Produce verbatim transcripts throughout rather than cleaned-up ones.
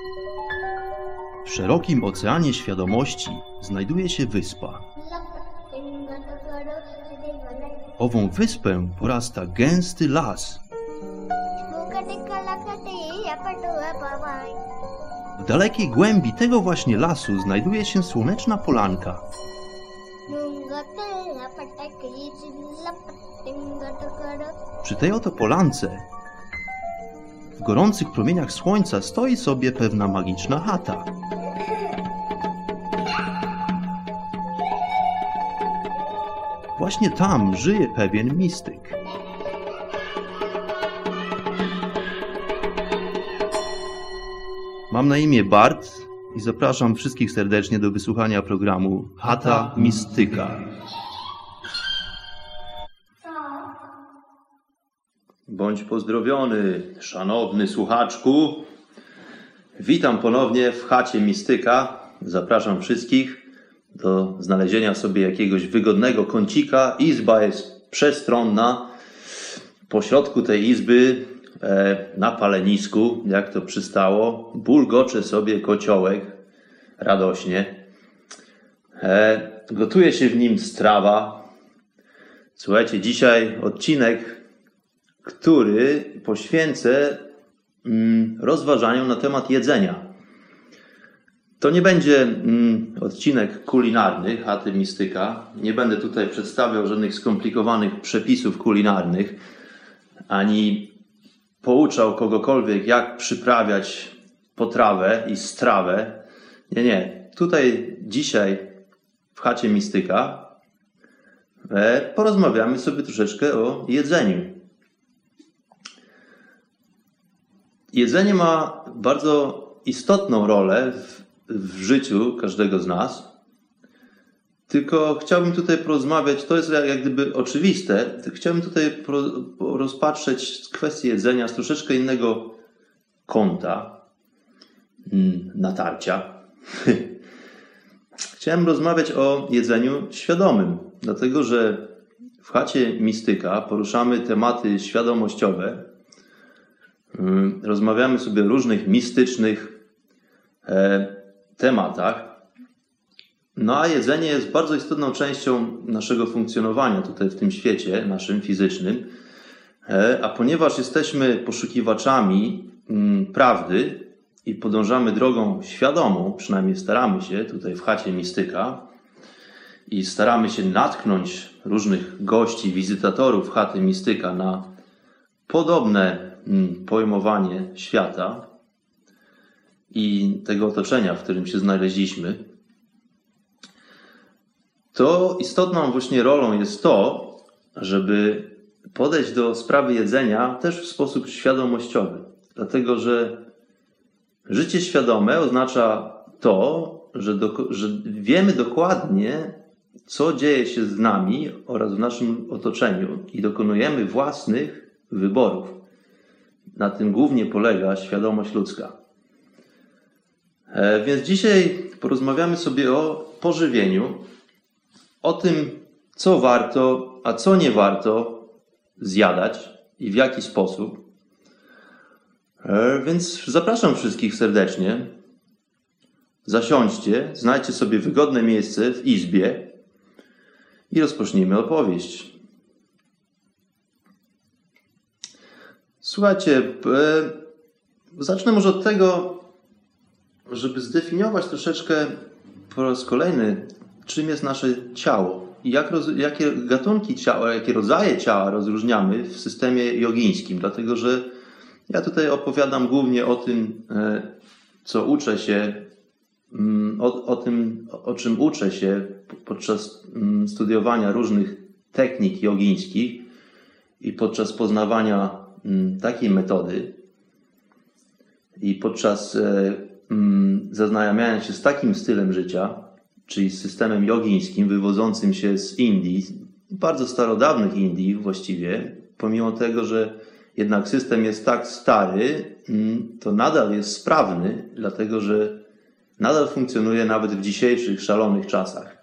W szerokim oceanie świadomości znajduje się wyspa. Ową wyspę porasta gęsty las. W dalekiej głębi tego właśnie lasu znajduje się słoneczna polanka. Przy tej oto polance, w gorących promieniach słońca, stoi sobie pewna magiczna chata. Właśnie tam żyje pewien mistyk. Mam na imię Bart i zapraszam wszystkich serdecznie do wysłuchania programu Chata Mistyka. Bądź pozdrowiony, szanowny słuchaczku. Witam ponownie w Chacie Mistyka. Zapraszam wszystkich do znalezienia sobie jakiegoś wygodnego kącika. Izba jest przestronna. Po środku tej izby, e, na palenisku, jak to przystało, bulgocze sobie kociołek radośnie. E, gotuje się w nim strawa. Słuchajcie, dzisiaj odcinek, który poświęcę mm, rozważaniom na temat jedzenia. To nie będzie mm, odcinek kulinarny Chaty Mistyka. Nie będę tutaj przedstawiał żadnych skomplikowanych przepisów kulinarnych, ani pouczał kogokolwiek, jak przyprawiać potrawę i strawę. Nie, nie. Tutaj dzisiaj w Chacie Mistyka e, porozmawiamy sobie troszeczkę o jedzeniu. Jedzenie ma bardzo istotną rolę w, w życiu każdego z nas. Tylko chciałbym tutaj porozmawiać, to jest jak, jak gdyby oczywiste, chciałbym tutaj pro, rozpatrzeć kwestię jedzenia z troszeczkę innego kąta, natarcia. Chciałem rozmawiać o jedzeniu świadomym, dlatego że w Chacie Mistyka poruszamy tematy świadomościowe. Rozmawiamy sobie o różnych mistycznych e, tematach. No a jedzenie jest bardzo istotną częścią naszego funkcjonowania tutaj w tym świecie, naszym fizycznym. E, a ponieważ jesteśmy poszukiwaczami m, prawdy i podążamy drogą świadomą, przynajmniej staramy się tutaj w Chacie Mistyka i staramy się natknąć różnych gości, wizytatorów Chaty Mistyka na podobne pojmowanie świata i tego otoczenia, w którym się znaleźliśmy, to istotną właśnie rolą jest to, żeby podejść do sprawy jedzenia też w sposób świadomościowy. Dlatego, że życie świadome oznacza to, że, do, że wiemy dokładnie, co dzieje się z nami oraz w naszym otoczeniu i dokonujemy własnych wyborów. Na tym głównie polega świadomość ludzka. E, więc dzisiaj porozmawiamy sobie o pożywieniu, o tym, co warto, a co nie warto zjadać i w jaki sposób. E, więc zapraszam wszystkich serdecznie. Zasiądźcie, znajdźcie sobie wygodne miejsce w izbie i rozpocznijmy opowieść. Słuchajcie, zacznę może od tego, żeby zdefiniować troszeczkę po raz kolejny, czym jest nasze ciało i jak roz, jakie gatunki ciała, jakie rodzaje ciała rozróżniamy w systemie jogińskim. Dlatego, że ja tutaj opowiadam głównie o tym, co uczę się, o, o tym, o czym uczę się podczas studiowania różnych technik jogińskich i podczas poznawania takiej metody i podczas e, mm, zaznajamiania się z takim stylem życia, czyli z systemem jogińskim wywodzącym się z Indii, bardzo starodawnych Indii właściwie, pomimo tego, że jednak system jest tak stary, mm, to nadal jest sprawny, dlatego że nadal funkcjonuje nawet w dzisiejszych szalonych czasach.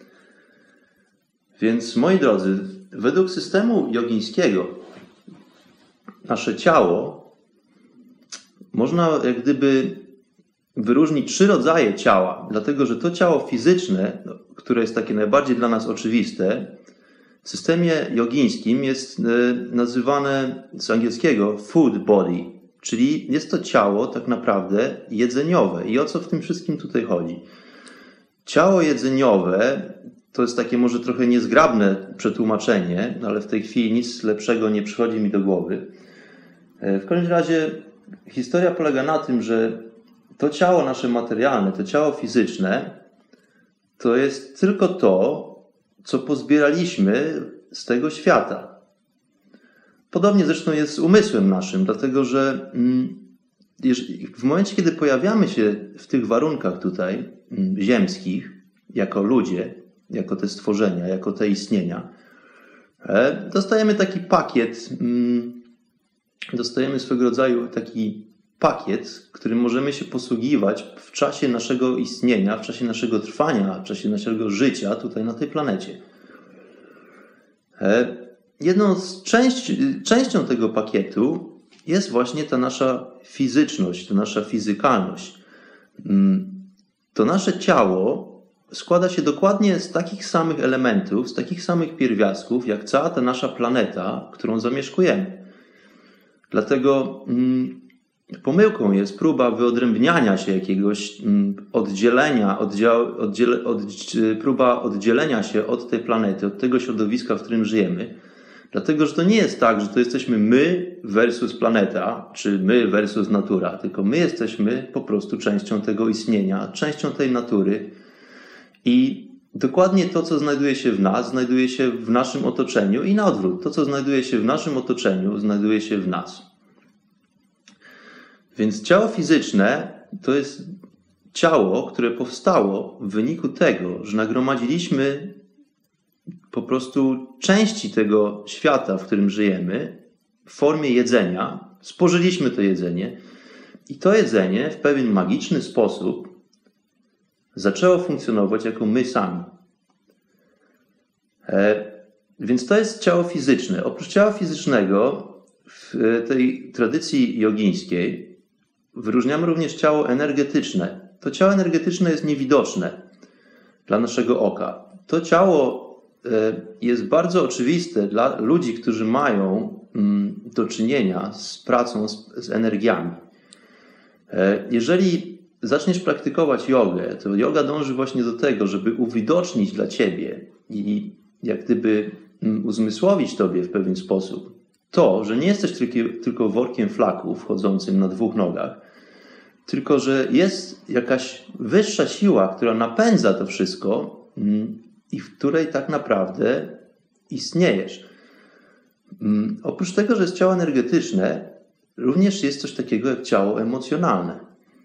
Więc moi drodzy, według systemu jogińskiego nasze ciało można jak gdyby wyróżnić trzy rodzaje ciała, dlatego że to ciało fizyczne, które jest takie najbardziej dla nas oczywiste, w systemie jogińskim jest nazywane z angielskiego food body, czyli jest to ciało tak naprawdę jedzeniowe. I o co w tym wszystkim tutaj chodzi? Ciało jedzeniowe to jest takie może trochę niezgrabne przetłumaczenie, ale w tej chwili nic lepszego nie przychodzi mi do głowy. W każdym razie historia polega na tym, że to ciało nasze materialne, to ciało fizyczne, to jest tylko to, co pozbieraliśmy z tego świata. Podobnie zresztą jest z umysłem naszym, dlatego że w momencie, kiedy pojawiamy się w tych warunkach tutaj ziemskich, jako ludzie, jako te stworzenia, jako te istnienia, dostajemy taki pakiet, dostajemy swego rodzaju taki pakiet, którym możemy się posługiwać w czasie naszego istnienia, w czasie naszego trwania, w czasie naszego życia tutaj na tej planecie. Jedną z części, częścią tego pakietu jest właśnie ta nasza fizyczność, ta nasza fizykalność. To nasze ciało składa się dokładnie z takich samych elementów, z takich samych pierwiastków, jak cała ta nasza planeta, którą zamieszkujemy. Dlatego pomyłką jest próba wyodrębniania się jakiegoś oddzielenia, oddział, oddziele, od, próba oddzielenia się od tej planety, od tego środowiska, w którym żyjemy. Dlatego, że to nie jest tak, że to jesteśmy my versus planeta, czy my versus natura, tylko my jesteśmy po prostu częścią tego istnienia, częścią tej natury i dokładnie to, co znajduje się w nas, znajduje się w naszym otoczeniu i na odwrót. To, co znajduje się w naszym otoczeniu, znajduje się w nas. Więc ciało fizyczne to jest ciało, które powstało w wyniku tego, że nagromadziliśmy po prostu części tego świata, w którym żyjemy, w formie jedzenia. Spożyliśmy to jedzenie i to jedzenie w pewien magiczny sposób zaczęło funkcjonować jako my sami. E, więc to jest ciało fizyczne. Oprócz ciała fizycznego w tej tradycji jogińskiej wyróżniamy również ciało energetyczne. To ciało energetyczne jest niewidoczne dla naszego oka. To ciało jest bardzo oczywiste dla ludzi, którzy mają do czynienia z pracą z, z energiami. Jeżeli zaczniesz praktykować jogę, to joga dąży właśnie do tego, żeby uwidocznić dla ciebie i jak gdyby uzmysłowić tobie w pewien sposób to, że nie jesteś tylko, tylko workiem flaków chodzącym na dwóch nogach, tylko że jest jakaś wyższa siła, która napędza to wszystko i w której tak naprawdę istniejesz. Oprócz tego, że jest ciało energetyczne, również jest coś takiego jak ciało emocjonalne.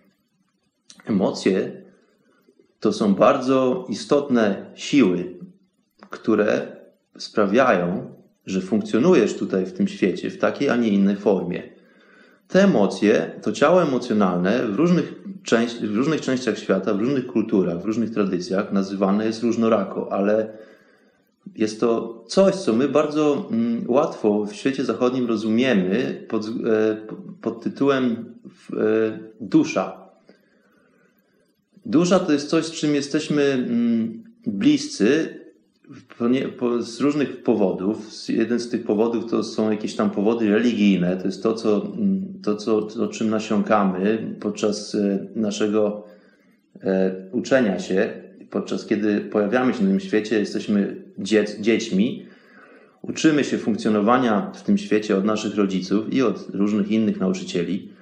Emocje to są bardzo istotne siły, które sprawiają, że funkcjonujesz tutaj w tym świecie w takiej, a nie innej formie. Te emocje, to ciało emocjonalne w różnych, część, w różnych częściach świata, w różnych kulturach, w różnych tradycjach nazywane jest różnorako, ale jest to coś, co my bardzo mm, łatwo w świecie zachodnim rozumiemy pod, e, pod tytułem e, dusza. Dusza to jest coś, z czym jesteśmy mm, bliscy z różnych powodów. Jeden z tych powodów to są jakieś tam powody religijne. To jest to, co, to, co, to czym nasiąkamy podczas naszego uczenia się, podczas kiedy pojawiamy się na tym świecie, jesteśmy dzie- dziećmi. Uczymy się funkcjonowania w tym świecie od naszych rodziców i od różnych innych nauczycieli.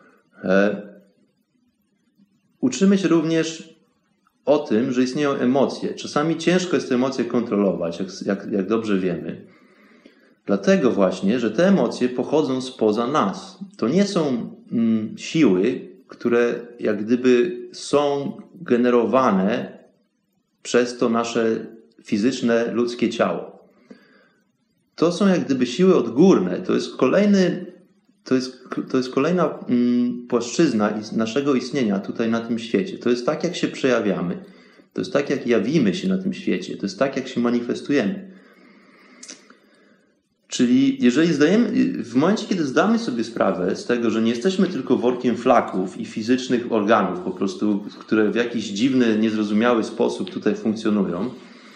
Uczymy się również o tym, że istnieją emocje. Czasami ciężko jest te emocje kontrolować, jak, jak, jak dobrze wiemy. Dlatego właśnie, że te emocje pochodzą spoza nas. To nie są mm, siły, które jak gdyby są generowane przez to nasze fizyczne, ludzkie ciało. To są jak gdyby siły odgórne. To jest kolejny, to jest, to jest kolejna mm, płaszczyzna naszego istnienia tutaj na tym świecie. To jest tak, jak się przejawiamy. To jest tak, jak jawimy się na tym świecie. To jest tak, jak się manifestujemy. Czyli jeżeli zdajemy, w momencie, kiedy zdamy sobie sprawę z tego, że nie jesteśmy tylko workiem flaków i fizycznych organów po prostu, które w jakiś dziwny, niezrozumiały sposób tutaj funkcjonują,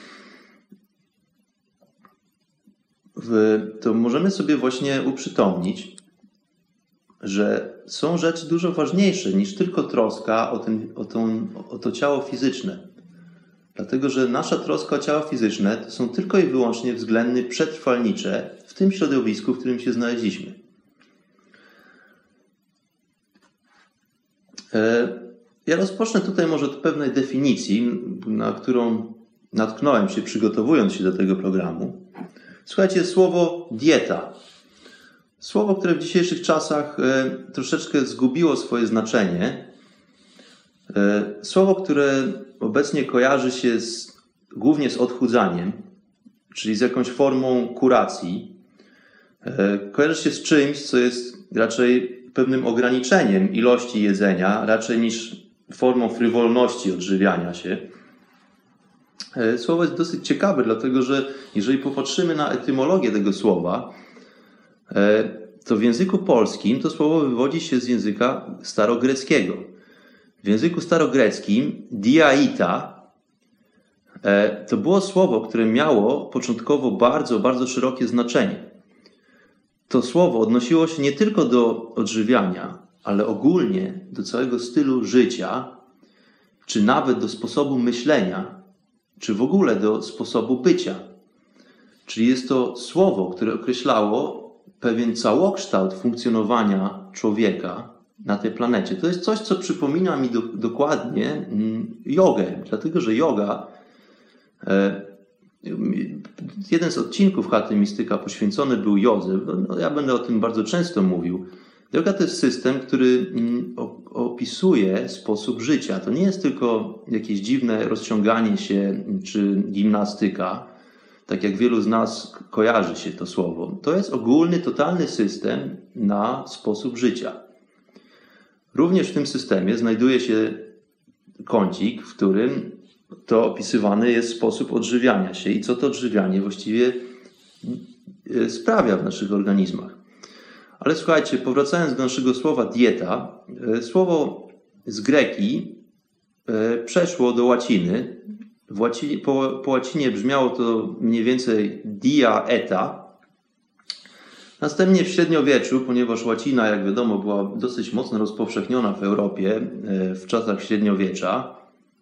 to możemy sobie właśnie uprzytomnić, że są rzeczy dużo ważniejsze niż tylko troska o, ten, o, tą, o to ciało fizyczne. Dlatego, że nasza troska o ciało fizyczne to są tylko i wyłącznie względy przetrwalnicze w tym środowisku, w którym się znaleźliśmy. Ja rozpocznę tutaj może od pewnej definicji, na którą natknąłem się przygotowując się do tego programu. Słuchajcie, słowo dieta. Słowo, które w dzisiejszych czasach troszeczkę zgubiło swoje znaczenie. Słowo, które obecnie kojarzy się z, głównie z odchudzaniem, czyli z jakąś formą kuracji. Kojarzy się z czymś, co jest raczej pewnym ograniczeniem ilości jedzenia, raczej niż formą frywolności odżywiania się. Słowo jest dosyć ciekawe, dlatego że jeżeli popatrzymy na etymologię tego słowa, to w języku polskim to słowo wywodzi się z języka starogreckiego. W języku starogreckim diaita to było słowo, które miało początkowo bardzo, bardzo szerokie znaczenie. To słowo odnosiło się nie tylko do odżywiania, ale ogólnie do całego stylu życia, czy nawet do sposobu myślenia, czy w ogóle do sposobu bycia. Czyli jest to słowo, które określało pewien całokształt funkcjonowania człowieka na tej planecie. To jest coś, co przypomina mi do, dokładnie mm, jogę, dlatego że yoga, e, jeden z odcinków Chaty Mistyka poświęcony był jodze. No, ja będę o tym bardzo często mówił. Yoga to jest system, który mm, opisuje sposób życia. To nie jest tylko jakieś dziwne rozciąganie się czy gimnastyka, tak jak wielu z nas kojarzy się to słowo. To jest ogólny, totalny system na sposób życia. Również w tym systemie znajduje się kącik, w którym to opisywany jest sposób odżywiania się i co to odżywianie właściwie sprawia w naszych organizmach. Ale słuchajcie, powracając do naszego słowa dieta, słowo z greki przeszło do łaciny. W łacinie, po, po łacinie brzmiało to mniej więcej dia eta. Następnie w średniowieczu, ponieważ łacina, jak wiadomo, była dosyć mocno rozpowszechniona w Europie w czasach średniowiecza,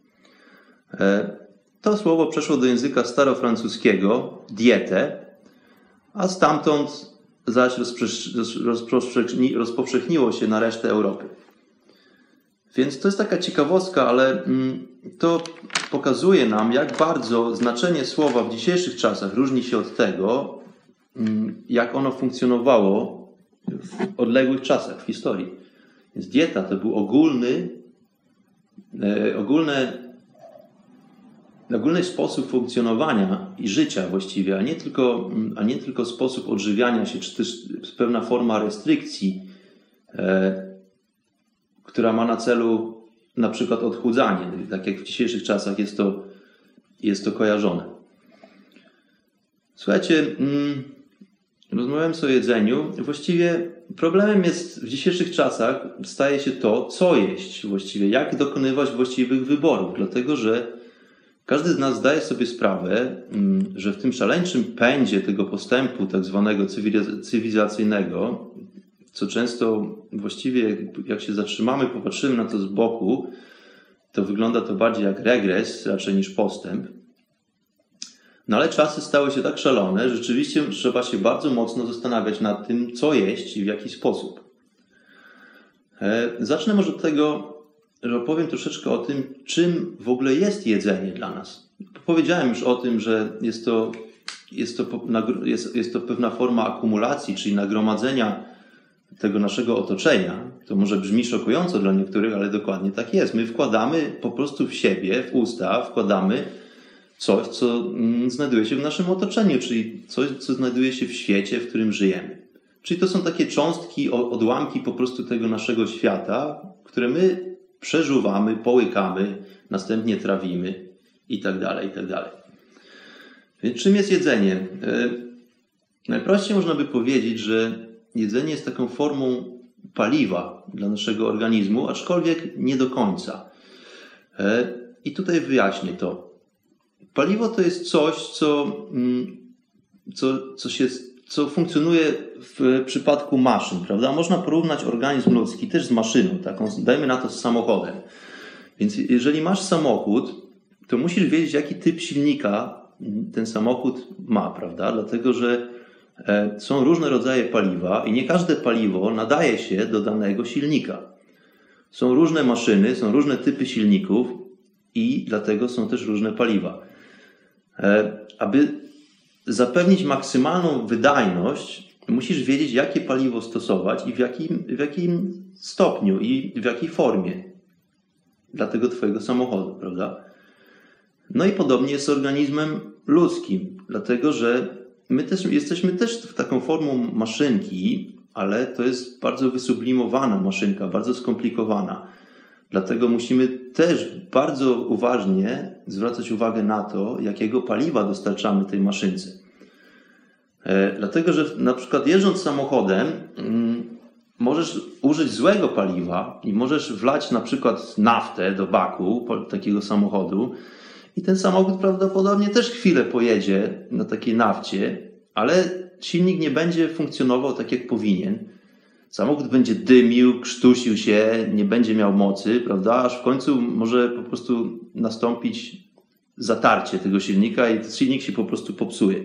to słowo przeszło do języka starofrancuskiego dietę, a stamtąd zaś rozpowszechniło się na resztę Europy. Więc to jest taka ciekawostka, ale to pokazuje nam, jak bardzo znaczenie słowa w dzisiejszych czasach różni się od tego, jak ono funkcjonowało w odległych czasach w historii. Więc dieta to był ogólny, ogólny, ogólny sposób funkcjonowania i życia właściwie, a nie tylko, a nie tylko sposób odżywiania się, czy też pewna forma restrykcji, która ma na celu na przykład odchudzanie, tak jak w dzisiejszych czasach jest to, jest to kojarzone. Słuchajcie, rozmawiałem o jedzeniu. Właściwie problemem jest w dzisiejszych czasach staje się to, co jeść właściwie, jak dokonywać właściwych wyborów, dlatego że każdy z nas zdaje sobie sprawę, że w tym szaleńczym pędzie tego postępu tak zwanego cywilizacyjnego, co często właściwie jak się zatrzymamy, popatrzymy na to z boku, to wygląda to bardziej jak regres raczej niż postęp. No ale czasy stały się tak szalone, że rzeczywiście trzeba się bardzo mocno zastanawiać nad tym, co jeść i w jaki sposób. Zacznę może od tego, że opowiem troszeczkę o tym, czym w ogóle jest jedzenie dla nas. Powiedziałem już o tym, że jest to, jest to, jest, jest to pewna forma akumulacji, czyli nagromadzenia tego naszego otoczenia. To może brzmi szokująco dla niektórych, ale dokładnie tak jest. My wkładamy po prostu w siebie, w usta, wkładamy coś, co znajduje się w naszym otoczeniu, czyli coś, co znajduje się w świecie, w którym żyjemy. Czyli to są takie cząstki, odłamki po prostu tego naszego świata, które my przeżuwamy, połykamy, następnie trawimy i tak dalej, i tak dalej. Więc czym jest jedzenie? Najprościej można by powiedzieć, że jedzenie jest taką formą paliwa dla naszego organizmu, aczkolwiek nie do końca. I tutaj wyjaśnię to. Paliwo to jest coś, co, co, co, się, co funkcjonuje w przypadku maszyn, prawda? Można porównać organizm ludzki też z maszyną, taką, dajmy na to z samochodem. Więc jeżeli masz samochód, to musisz wiedzieć, jaki typ silnika ten samochód ma, prawda? Dlatego, że są różne rodzaje paliwa i nie każde paliwo nadaje się do danego silnika. Są różne maszyny, są różne typy silników i dlatego są też różne paliwa. Aby zapewnić maksymalną wydajność, musisz wiedzieć, jakie paliwo stosować i w jakim, w jakim stopniu i w jakiej formie dla tego twojego samochodu, prawda? No i podobnie jest z organizmem ludzkim, dlatego że my też jesteśmy też taką formą maszynki, ale to jest bardzo wysublimowana maszynka, bardzo skomplikowana. Dlatego musimy też bardzo uważnie zwracać uwagę na to, jakiego paliwa dostarczamy tej maszynce. Dlatego, że na przykład jeżdżąc samochodem możesz użyć złego paliwa i możesz wlać na przykład naftę do baku takiego samochodu i ten samochód prawdopodobnie też chwilę pojedzie na takiej nafcie, ale silnik nie będzie funkcjonował tak, jak powinien. Samochód będzie dymił, krztusił się, nie będzie miał mocy, prawda? Aż w końcu może po prostu nastąpić zatarcie tego silnika i silnik się po prostu popsuje.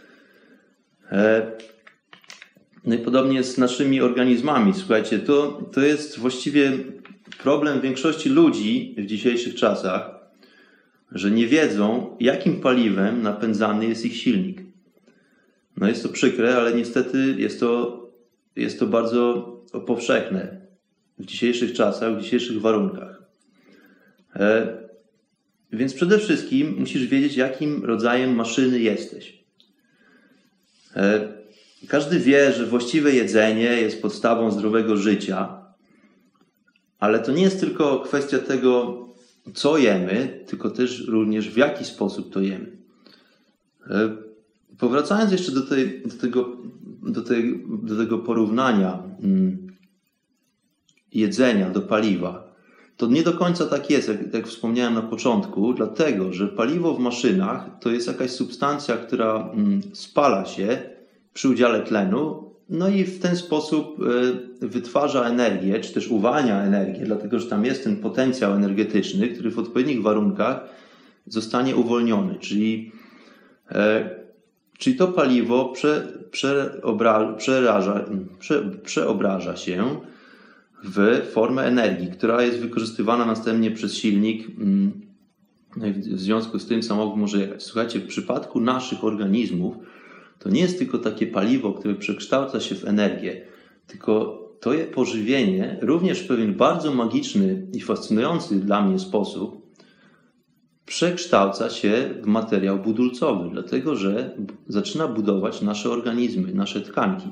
No i podobnie jest z naszymi organizmami. Słuchajcie, to, to jest właściwie problem większości ludzi w dzisiejszych czasach, że nie wiedzą, jakim paliwem napędzany jest ich silnik. No jest to przykre, ale niestety jest to, jest to bardzo powszechne w dzisiejszych czasach, w dzisiejszych warunkach. E, więc przede wszystkim musisz wiedzieć, jakim rodzajem maszyny jesteś. E, każdy wie, że właściwe jedzenie jest podstawą zdrowego życia, ale to nie jest tylko kwestia tego, co jemy, tylko też również w jaki sposób to jemy. E, Powracając jeszcze do, tej, do, tego, do, tej, do tego porównania mm, jedzenia do paliwa, to nie do końca tak jest, jak, jak wspomniałem na początku, dlatego, że paliwo w maszynach to jest jakaś substancja, która mm, spala się przy udziale tlenu, no i w ten sposób y, wytwarza energię, czy też uwalnia energię, dlatego, że tam jest ten potencjał energetyczny, który w odpowiednich warunkach zostanie uwolniony, czyli y, Czyli to paliwo prze, przeobra, przeraża, prze, przeobraża się w formę energii, która jest wykorzystywana następnie przez silnik. W związku z tym samochód może jechać. Słuchajcie, w przypadku naszych organizmów to nie jest tylko takie paliwo, które przekształca się w energię, tylko to pożywienie również w pewien bardzo magiczny i fascynujący dla mnie sposób przekształca się w materiał budulcowy, dlatego że zaczyna budować nasze organizmy, nasze tkanki.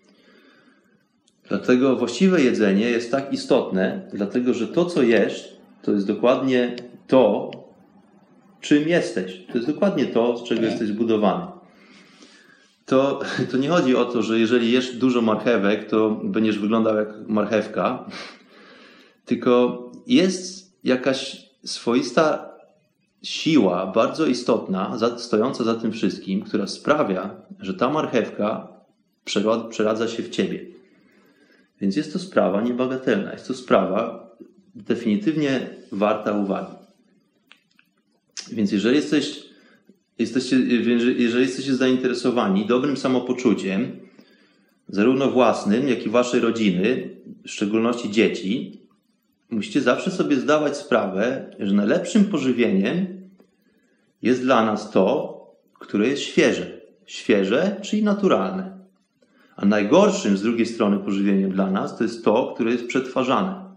Dlatego właściwe jedzenie jest tak istotne, dlatego że to, co jesz, to jest dokładnie to, czym jesteś. To jest dokładnie to, z czego jesteś zbudowany. To, to nie chodzi o to, że jeżeli jesz dużo marchewek, to będziesz wyglądał jak marchewka, tylko jest jakaś swoista siła bardzo istotna, stojąca za tym wszystkim, która sprawia, że ta marchewka przeradza się w ciebie. Więc jest to sprawa niebagatelna. Jest to sprawa definitywnie warta uwagi. Więc jeżeli jesteś, jesteście, jeżeli jesteście zainteresowani dobrym samopoczuciem, zarówno własnym, jak i waszej rodziny, w szczególności dzieci, musicie zawsze sobie zdawać sprawę, że najlepszym pożywieniem jest dla nas to, które jest świeże. Świeże, czyli naturalne. A najgorszym z drugiej strony pożywieniem dla nas to jest to, które jest przetwarzane.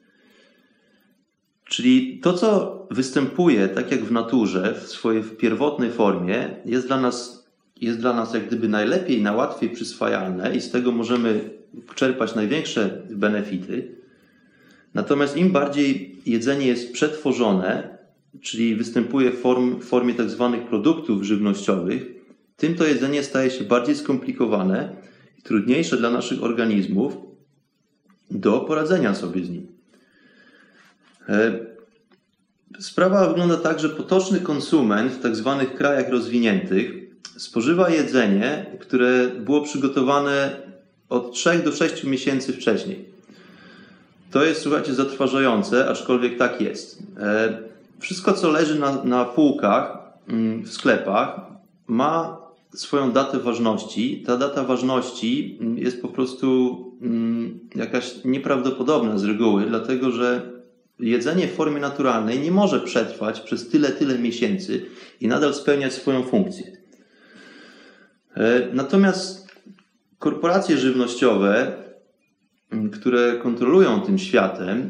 Czyli to, co występuje tak jak w naturze, w swojej pierwotnej formie, jest dla nas, jest dla nas jak gdyby najlepiej, najłatwiej przyswajalne i z tego możemy czerpać największe benefity. Natomiast im bardziej jedzenie jest przetworzone, czyli występuje w form, w formie tak zwanych produktów żywnościowych, tym to jedzenie staje się bardziej skomplikowane i trudniejsze dla naszych organizmów do poradzenia sobie z nim. Sprawa wygląda tak, że potoczny konsument w tak zwanych krajach rozwiniętych spożywa jedzenie, które było przygotowane od trzech do sześciu miesięcy wcześniej. To jest, słuchajcie, zatrważające, aczkolwiek tak jest. Wszystko, co leży na, na półkach w sklepach, ma swoją datę ważności. Ta data ważności jest po prostu jakaś nieprawdopodobna z reguły, dlatego że jedzenie w formie naturalnej nie może przetrwać przez tyle, tyle miesięcy i nadal spełniać swoją funkcję. Natomiast korporacje żywnościowe, które kontrolują tym światem,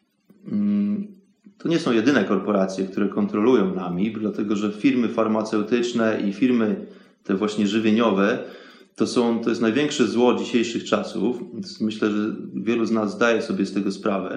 to nie są jedyne korporacje, które kontrolują nami, dlatego że firmy farmaceutyczne i firmy te właśnie żywieniowe to, są, to jest największe zło dzisiejszych czasów. Myślę, że wielu z nas zdaje sobie z tego sprawę.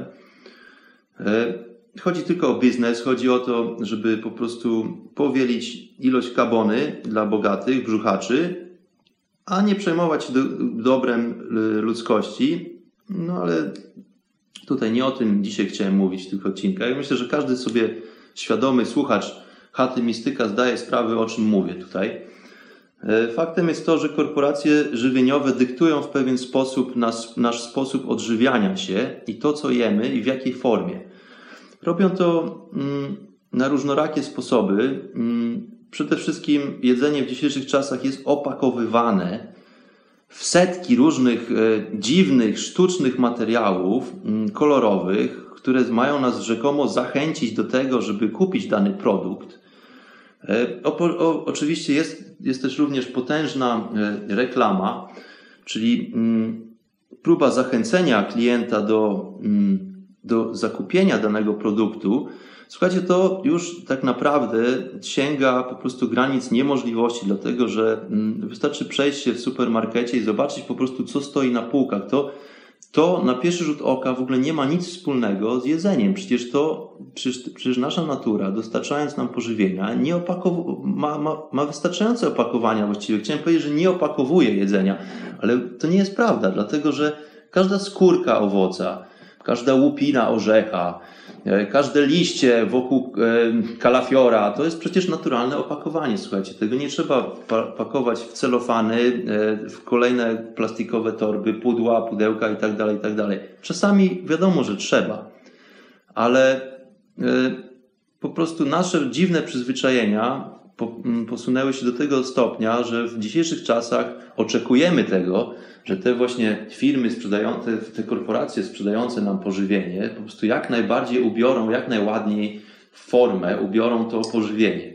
Chodzi tylko o biznes, chodzi o to, żeby po prostu powielić ilość kabony dla bogatych brzuchaczy, a nie przejmować się do, dobrem ludzkości. No ale tutaj nie o tym dzisiaj chciałem mówić w tych odcinkach. Ja myślę, że każdy sobie świadomy słuchacz Chaty Mistyka zdaje sprawę, o czym mówię tutaj. Faktem jest to, że korporacje żywieniowe dyktują w pewien sposób nas, nasz sposób odżywiania się i to, co jemy i w jakiej formie. Robią to mm, na różnorakie sposoby. Mm, przede wszystkim jedzenie w dzisiejszych czasach jest opakowywane w setki różnych e, dziwnych, sztucznych materiałów mm, kolorowych, które mają nas rzekomo zachęcić do tego, żeby kupić dany produkt. E, o, o, oczywiście jest, jest też również potężna e, reklama, czyli mm, próba zachęcenia klienta do, mm, do zakupienia danego produktu. Słuchajcie, to już tak naprawdę sięga po prostu granic niemożliwości, dlatego że wystarczy przejść się w supermarkecie i zobaczyć po prostu, co stoi na półkach. To, to na pierwszy rzut oka w ogóle nie ma nic wspólnego z jedzeniem. Przecież to, przecież, przecież nasza natura, dostarczając nam pożywienia, nie opakow- ma, ma, ma wystarczające opakowania właściwie. Chciałem powiedzieć, że nie opakowuje jedzenia, ale to nie jest prawda, dlatego że każda skórka owoca, każda łupina orzecha, każde liście wokół kalafiora, to jest przecież naturalne opakowanie. Słuchajcie, tego nie trzeba pakować w celofany, w kolejne plastikowe torby, pudła, pudełka itd., itd. Czasami wiadomo, że trzeba, ale po prostu nasze dziwne przyzwyczajenia posunęły się do tego stopnia, że w dzisiejszych czasach oczekujemy tego, że te właśnie firmy sprzedające, te korporacje sprzedające nam pożywienie po prostu jak najbardziej ubiorą, jak najładniej w formę, ubiorą to pożywienie.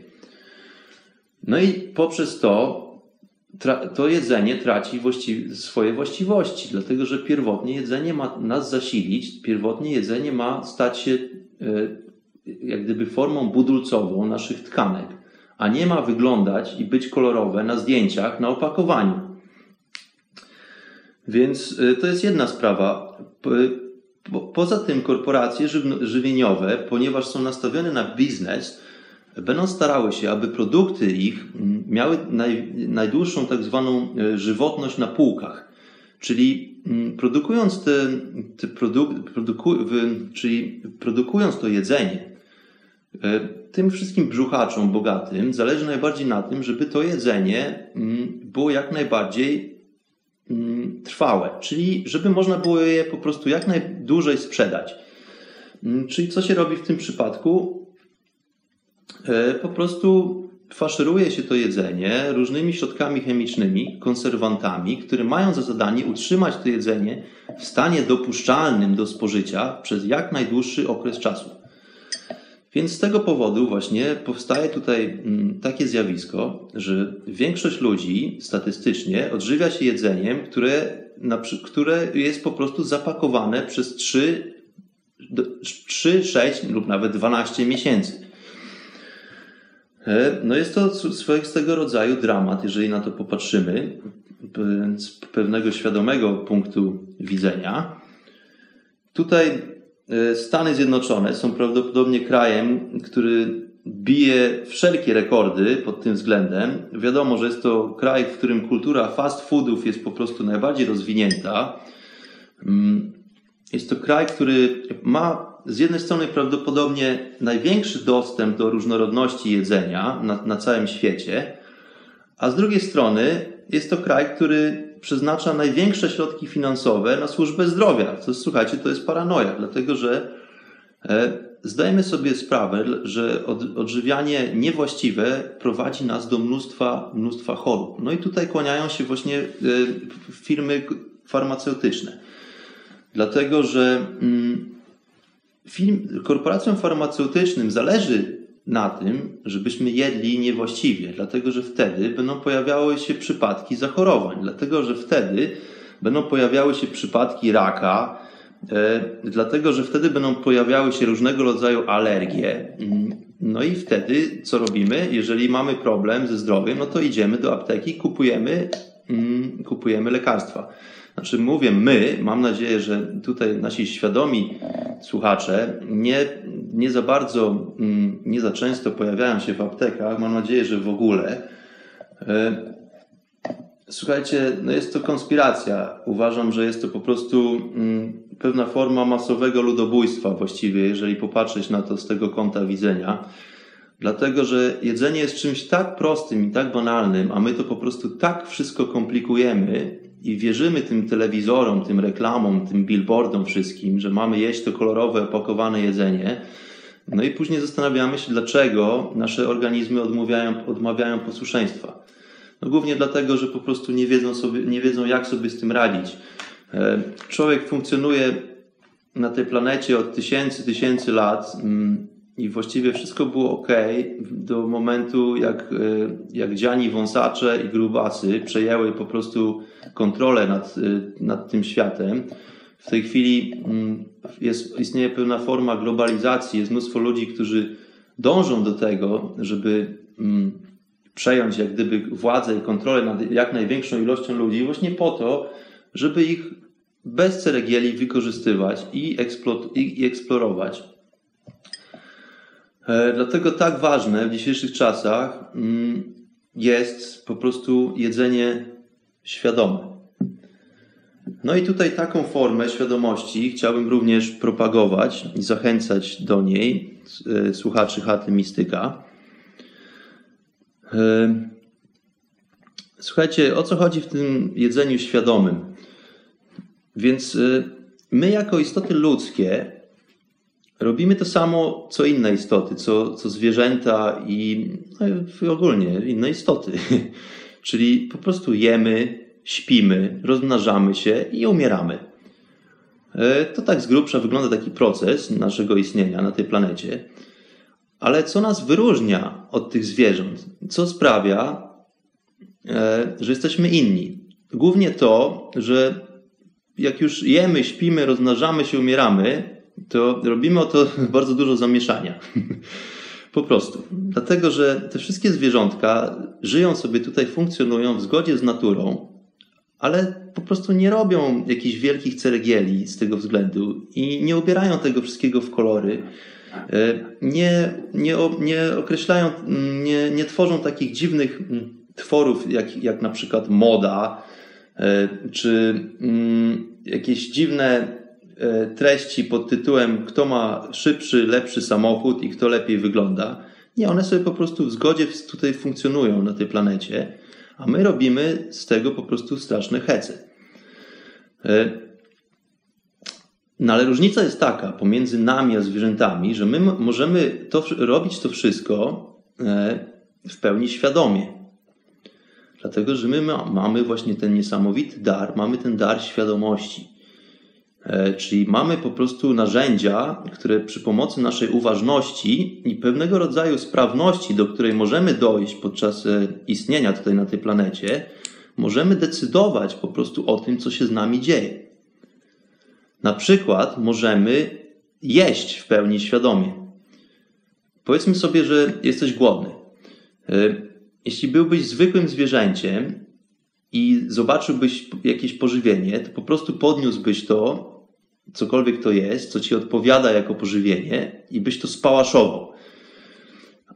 No i poprzez to to jedzenie traci właści- swoje właściwości, dlatego że pierwotnie jedzenie ma nas zasilić, pierwotnie jedzenie ma stać się jak gdyby formą budulcową naszych tkanek, a nie ma wyglądać i być kolorowe na zdjęciach, na opakowaniu. Więc to jest jedna sprawa. Poza tym korporacje żywieniowe, ponieważ są nastawione na biznes, będą starały się, aby produkty ich miały naj, najdłuższą tak zwaną żywotność na półkach. Czyli produkując, te, te produk, produku, czyli produkując to jedzenie, tym wszystkim brzuchaczom bogatym zależy najbardziej na tym, żeby to jedzenie było jak najbardziej trwałe, czyli żeby można było je po prostu jak najdłużej sprzedać. Czyli co się robi w tym przypadku? Po prostu faszeruje się to jedzenie różnymi środkami chemicznymi, konserwantami, które mają za zadanie utrzymać to jedzenie w stanie dopuszczalnym do spożycia przez jak najdłuższy okres czasu. Więc z tego powodu właśnie powstaje tutaj takie zjawisko, że większość ludzi statystycznie odżywia się jedzeniem, które, które jest po prostu zapakowane przez trzy, sześć lub nawet dwanaście miesięcy. No jest to swego rodzaju dramat, jeżeli na to popatrzymy z pewnego świadomego punktu widzenia. Tutaj Stany Zjednoczone są prawdopodobnie krajem, który bije wszelkie rekordy pod tym względem. Wiadomo, że jest to kraj, w którym kultura fast foodów jest po prostu najbardziej rozwinięta. Jest to kraj, który ma z jednej strony prawdopodobnie największy dostęp do różnorodności jedzenia na, na całym świecie, a z drugiej strony jest to kraj, który przeznacza największe środki finansowe na służbę zdrowia. To, słuchajcie, to jest paranoja, dlatego że e, zdajemy sobie sprawę, że od, odżywianie niewłaściwe prowadzi nas do mnóstwa, mnóstwa chorób. No i tutaj kłaniają się właśnie e, firmy farmaceutyczne. Dlatego, że mm, firm, korporacjom farmaceutycznym zależy na tym, żebyśmy jedli niewłaściwie, dlatego że wtedy będą pojawiały się przypadki zachorowań, dlatego że wtedy będą pojawiały się przypadki raka, e, dlatego że wtedy będą pojawiały się różnego rodzaju alergie. No i wtedy co robimy? Jeżeli mamy problem ze zdrowiem, no to idziemy do apteki, kupujemy, mm, kupujemy lekarstwa. Znaczy mówię my, mam nadzieję, że tutaj nasi świadomi słuchacze nie, nie za bardzo, nie za często pojawiają się w aptekach, mam nadzieję, że w ogóle. Słuchajcie, no jest to konspiracja. Uważam, że jest to po prostu pewna forma masowego ludobójstwa właściwie, jeżeli popatrzeć na to z tego kąta widzenia. Dlatego, że jedzenie jest czymś tak prostym i tak banalnym, a my to po prostu tak wszystko komplikujemy, i wierzymy tym telewizorom, tym reklamom, tym billboardom wszystkim, że mamy jeść to kolorowe, opakowane jedzenie. No i później zastanawiamy się, dlaczego nasze organizmy odmawiają, odmawiają posłuszeństwa. No głównie dlatego, że po prostu nie wiedzą, sobie, nie wiedzą, jak sobie z tym radzić. Człowiek funkcjonuje na tej planecie od tysięcy, tysięcy lat i właściwie wszystko było ok do momentu, jak, jak dziani wąsacze i grubasy przejęły po prostu kontrolę nad, nad tym światem. W tej chwili jest, istnieje pewna forma globalizacji, jest mnóstwo ludzi, którzy dążą do tego, żeby przejąć jak gdyby władzę i kontrolę nad jak największą ilością ludzi właśnie po to, żeby ich bez ceregieli wykorzystywać i, eksplo- i eksplorować. Dlatego tak ważne w dzisiejszych czasach jest po prostu jedzenie świadome. No i tutaj taką formę świadomości chciałbym również propagować i zachęcać do niej słuchaczy Chaty Mistyka. Słuchajcie, o co chodzi w tym jedzeniu świadomym? Więc my jako istoty ludzkie robimy to samo, co inne istoty, co, co zwierzęta i no, ogólnie inne istoty. Czyli po prostu jemy, śpimy, rozmnażamy się i umieramy. To tak z grubsza wygląda taki proces naszego istnienia na tej planecie. Ale co nas wyróżnia od tych zwierząt? Co sprawia, że jesteśmy inni? Głównie to, że jak już jemy, śpimy, rozmnażamy się, umieramy, to robimy o to bardzo dużo zamieszania. Po prostu. Dlatego, że te wszystkie zwierzątka żyją sobie tutaj, funkcjonują w zgodzie z naturą, ale po prostu nie robią jakichś wielkich ceregieli z tego względu i nie ubierają tego wszystkiego w kolory. Nie, nie, nie określają, nie, nie tworzą takich dziwnych tworów jak, jak na przykład moda, czy jakieś dziwne treści pod tytułem kto ma szybszy, lepszy samochód i kto lepiej wygląda. Nie, one sobie po prostu w zgodzie tutaj funkcjonują na tej planecie, a my robimy z tego po prostu straszne hece. No ale różnica jest taka pomiędzy nami a zwierzętami, że my możemy to, robić to wszystko w pełni świadomie. Dlatego, że my mamy właśnie ten niesamowity dar, mamy ten dar świadomości. Czyli mamy po prostu narzędzia, które przy pomocy naszej uważności i pewnego rodzaju sprawności, do której możemy dojść podczas istnienia tutaj na tej planecie, możemy decydować po prostu o tym, co się z nami dzieje. Na przykład możemy jeść w pełni świadomie. Powiedzmy sobie, że jesteś głodny. Jeśli byłbyś zwykłym zwierzęciem i zobaczyłbyś jakieś pożywienie, to po prostu podniósłbyś to, cokolwiek to jest, co ci odpowiada jako pożywienie i byś to spałaszował.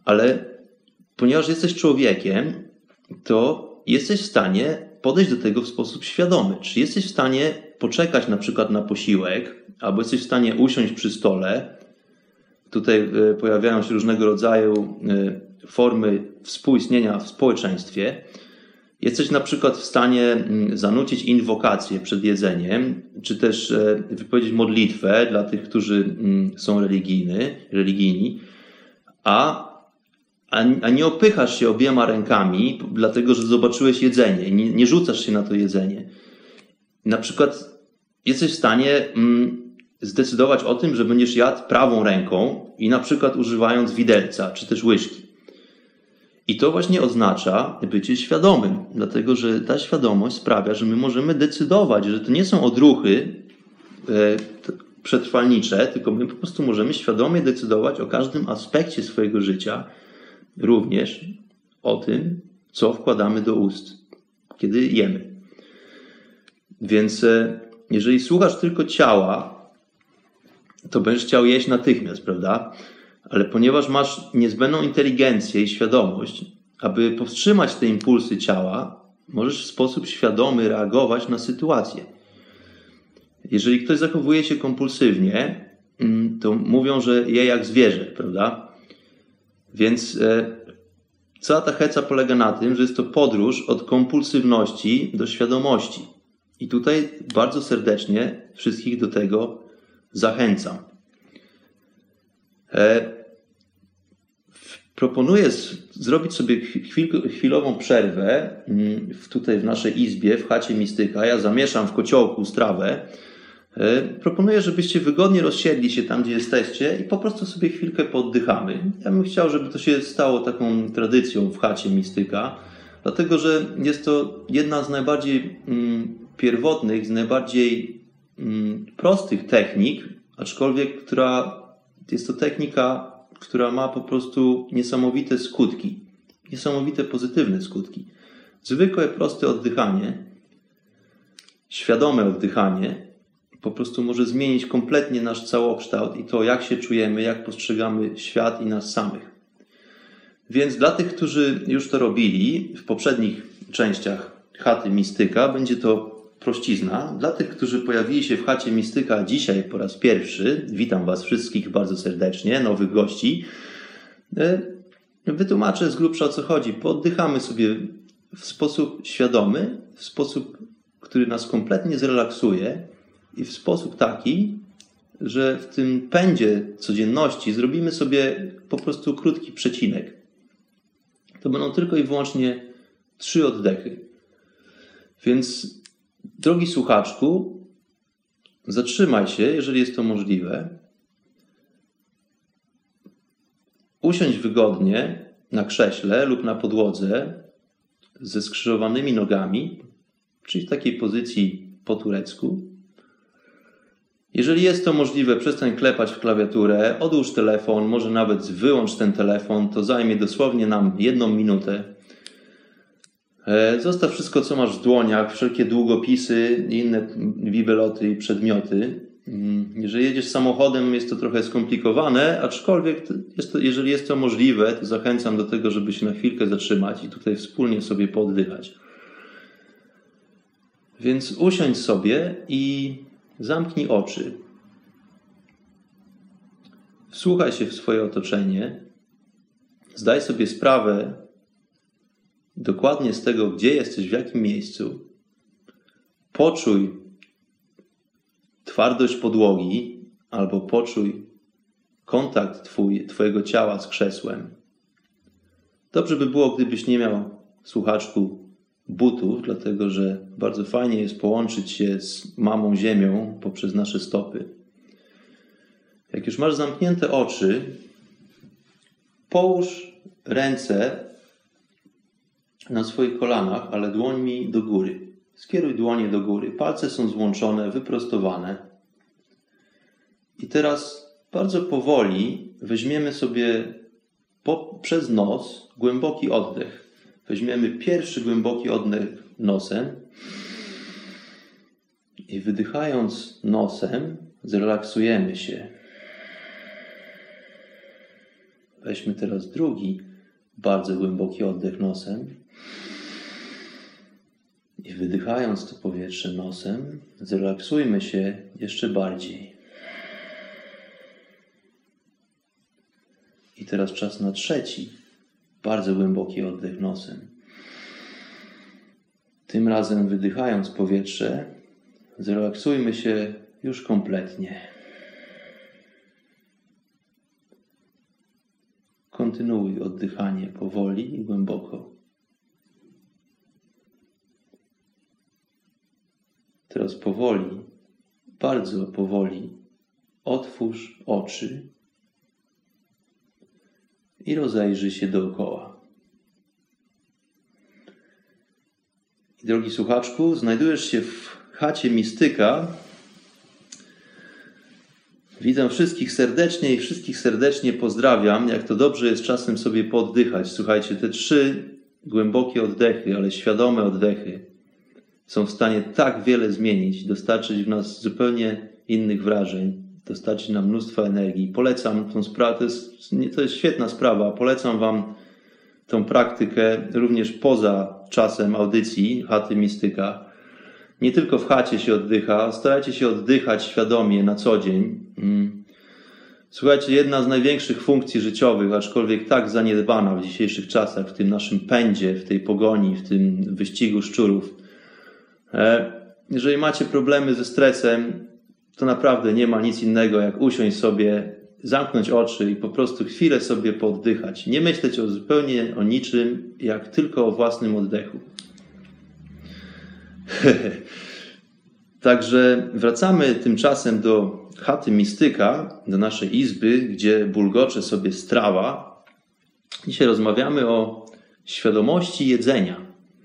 ale ponieważ jesteś człowiekiem, to jesteś w stanie podejść do tego w sposób świadomy. Czy jesteś w stanie poczekać na przykład na posiłek, albo jesteś w stanie usiąść przy stole. Tutaj pojawiają się różnego rodzaju formy współistnienia w społeczeństwie. Jesteś na przykład w stanie zanucić inwokację przed jedzeniem, czy też wypowiedzieć modlitwę dla tych, którzy są religijny, religijni, a, a nie opychasz się obiema rękami, dlatego że zobaczyłeś jedzenie, nie, nie rzucasz się na to jedzenie. Na przykład jesteś w stanie zdecydować o tym, że będziesz jadł prawą ręką i na przykład używając widelca, czy też łyżki. I to właśnie oznacza bycie świadomym, dlatego że ta świadomość sprawia, że my możemy decydować, że to nie są odruchy e, przetrwalnicze, tylko my po prostu możemy świadomie decydować o każdym aspekcie swojego życia, również o tym, co wkładamy do ust, kiedy jemy. Więc e, jeżeli słuchasz tylko ciała, to będziesz chciał jeść natychmiast, prawda? Ale ponieważ masz niezbędną inteligencję i świadomość, aby powstrzymać te impulsy ciała, możesz w sposób świadomy reagować na sytuację. Jeżeli ktoś zachowuje się kompulsywnie, to mówią, że je jak zwierzę, prawda? Więc cała ta heca polega na tym, że jest to podróż od kompulsywności do świadomości. I tutaj bardzo serdecznie wszystkich do tego zachęcam. Proponuję zrobić sobie chwil, chwilową przerwę tutaj w naszej izbie, w chacie Mistyka. Ja zamieszam w kociołku strawę. Proponuję, żebyście wygodnie rozsiedli się tam, gdzie jesteście i po prostu sobie chwilkę pooddychamy. Ja bym chciał, żeby to się stało taką tradycją w chacie Mistyka, dlatego że jest to jedna z najbardziej pierwotnych, z najbardziej prostych technik, aczkolwiek która jest to technika, która ma po prostu niesamowite skutki, niesamowite pozytywne skutki. Zwykłe, proste oddychanie, świadome oddychanie po prostu może zmienić kompletnie nasz całokształt i to, jak się czujemy, jak postrzegamy świat i nas samych. Więc dla tych, którzy już to robili w poprzednich częściach chaty Mistyka, będzie to prościzna. Dla tych, którzy pojawili się w chacie Mistyka dzisiaj po raz pierwszy, witam Was wszystkich bardzo serdecznie, nowych gości. Wytłumaczę z grubsza, o co chodzi. Pooddychamy sobie w sposób świadomy, w sposób, który nas kompletnie zrelaksuje i w sposób taki, że w tym pędzie codzienności zrobimy sobie po prostu krótki przecinek. To będą tylko i wyłącznie trzy oddechy. Więc drogi słuchaczku, zatrzymaj się, jeżeli jest to możliwe. Usiądź wygodnie na krześle lub na podłodze ze skrzyżowanymi nogami, czyli w takiej pozycji po turecku. Jeżeli jest to możliwe, przestań klepać w klawiaturę, odłóż telefon, może nawet wyłącz ten telefon, to zajmie dosłownie nam jedną minutę. Zostaw wszystko, co masz w dłoniach, wszelkie długopisy, inne wibeloty i przedmioty. Jeżeli jedziesz samochodem, jest to trochę skomplikowane, aczkolwiek jest to, jeżeli jest to możliwe, to zachęcam do tego, żeby się na chwilkę zatrzymać i tutaj wspólnie sobie pooddychać. Więc usiądź sobie i zamknij oczy. Wsłuchaj się w swoje otoczenie. Zdaj sobie sprawę dokładnie z tego, gdzie jesteś, w jakim miejscu. Poczuj twardość podłogi albo poczuj kontakt twój, twojego ciała z krzesłem. Dobrze by było, gdybyś nie miał, słuchaczku, butów, dlatego że bardzo fajnie jest połączyć się z mamą ziemią poprzez nasze stopy. Jak już masz zamknięte oczy, połóż ręce na swoich kolanach, ale dłońmi do góry. Skieruj dłonie do góry. Palce są złączone, wyprostowane. I teraz bardzo powoli weźmiemy sobie po, przez nos głęboki oddech. Weźmiemy pierwszy głęboki oddech nosem i wydychając nosem zrelaksujemy się. Weźmy teraz drugi, bardzo głęboki oddech nosem. I wydychając to powietrze nosem, zrelaksujmy się jeszcze bardziej. I teraz czas na trzeci, bardzo głęboki oddech nosem. Tym razem wydychając powietrze, zrelaksujmy się już kompletnie. Kontynuuj oddychanie powoli i głęboko. Teraz powoli, bardzo powoli otwórz oczy i rozejrzyj się dookoła. I drogi słuchaczku, znajdujesz się w chacie Mistyka. Witam wszystkich serdecznie i wszystkich serdecznie pozdrawiam. Jak to dobrze jest czasem sobie pooddychać. Słuchajcie, te trzy głębokie oddechy, ale świadome oddechy są w stanie tak wiele zmienić, dostarczyć w nas zupełnie innych wrażeń, dostarczyć nam mnóstwo energii. Polecam tą sprawę, to jest, to jest świetna sprawa. Polecam wam tą praktykę również poza czasem audycji Chaty Mistyka. Nie tylko w chacie się oddycha, starajcie się oddychać świadomie na co dzień. Słuchajcie, jedna z największych funkcji życiowych, aczkolwiek tak zaniedbana w dzisiejszych czasach, w tym naszym pędzie, w tej pogoni, w tym wyścigu szczurów. Jeżeli macie problemy ze stresem, to naprawdę nie ma nic innego jak usiąść sobie, zamknąć oczy i po prostu chwilę sobie pooddychać. Nie myśleć o zupełnie o niczym, jak tylko o własnym oddechu. Także wracamy tymczasem do chaty Mistyka, do naszej izby, gdzie bulgocze sobie strawa. Dzisiaj rozmawiamy o świadomości jedzenia.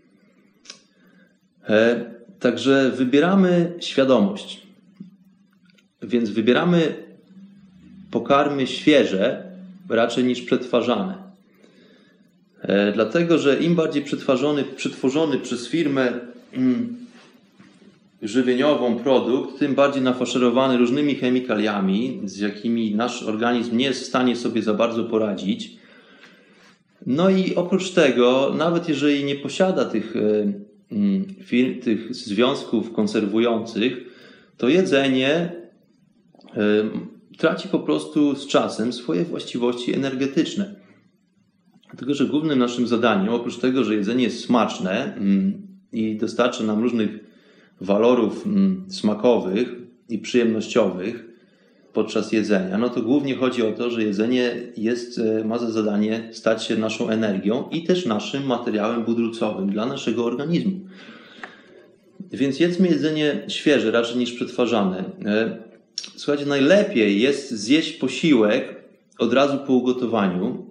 E, także wybieramy świadomość. Więc wybieramy pokarmy świeże raczej niż przetwarzane. E, dlatego, że im bardziej przetworzony, przetworzony przez firmę mm, żywieniową produkt, tym bardziej nafaszerowany różnymi chemikaliami, z jakimi nasz organizm nie jest w stanie sobie za bardzo poradzić. No i oprócz tego, nawet jeżeli nie posiada tych, e, tych związków konserwujących, to jedzenie traci po prostu z czasem swoje właściwości energetyczne. Dlatego, że głównym naszym zadaniem, oprócz tego, że jedzenie jest smaczne i dostarcza nam różnych walorów smakowych i przyjemnościowych podczas jedzenia, no to głównie chodzi o to, że jedzenie jest, ma za zadanie stać się naszą energią i też naszym materiałem budulcowym dla naszego organizmu. Więc jedzmy jedzenie świeże raczej niż przetwarzane. Słuchajcie, najlepiej jest zjeść posiłek od razu po ugotowaniu.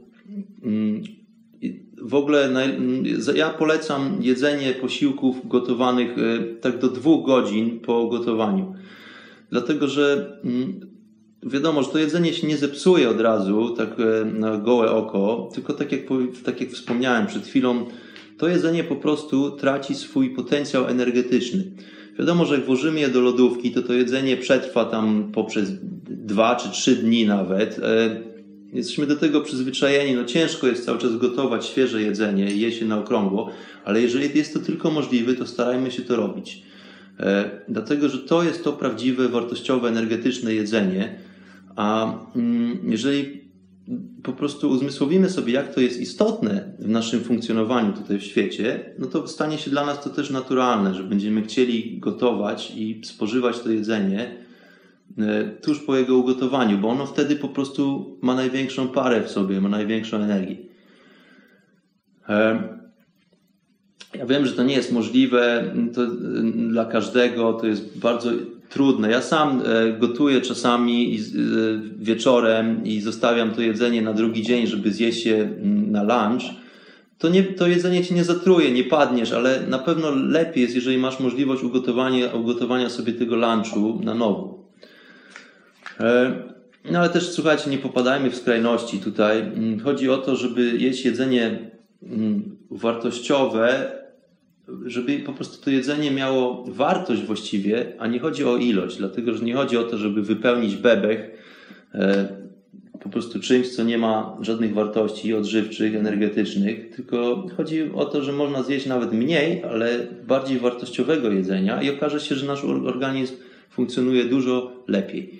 W ogóle ja polecam jedzenie posiłków gotowanych tak do dwóch godzin po ugotowaniu. Dlatego, że wiadomo, że to jedzenie się nie zepsuje od razu tak na gołe oko, tylko tak jak, tak jak wspomniałem przed chwilą, to jedzenie po prostu traci swój potencjał energetyczny. Wiadomo, że jak włożymy je do lodówki, to to jedzenie przetrwa tam poprzez dwa czy trzy dni nawet. Jesteśmy do tego przyzwyczajeni, no ciężko jest cały czas gotować świeże jedzenie i je się na okrągło, ale jeżeli jest to tylko możliwe, to starajmy się to robić. Dlatego, że to jest to prawdziwe, wartościowe, energetyczne jedzenie, a jeżeli po prostu uzmysłowimy sobie, jak to jest istotne w naszym funkcjonowaniu tutaj w świecie, no to stanie się dla nas to też naturalne, że będziemy chcieli gotować i spożywać to jedzenie tuż po jego ugotowaniu, bo ono wtedy po prostu ma największą parę w sobie, ma największą energię. Ja wiem, że to nie jest możliwe to dla każdego, to jest bardzo trudne. Ja sam gotuję czasami wieczorem i zostawiam to jedzenie na drugi dzień, żeby zjeść je na lunch. To, nie, to jedzenie ci nie zatruje, nie padniesz, ale na pewno lepiej jest, jeżeli masz możliwość ugotowania, ugotowania sobie tego lunchu na nowo. No ale też słuchajcie, nie popadajmy w skrajności tutaj. Chodzi o to, żeby jeść jedzenie wartościowe, żeby po prostu to jedzenie miało wartość właściwie, a nie chodzi o ilość, dlatego że nie chodzi o to, żeby wypełnić bebech po prostu czymś, co nie ma żadnych wartości odżywczych, energetycznych, tylko chodzi o to, że można zjeść nawet mniej, ale bardziej wartościowego jedzenia i okaże się, że nasz organizm funkcjonuje dużo lepiej.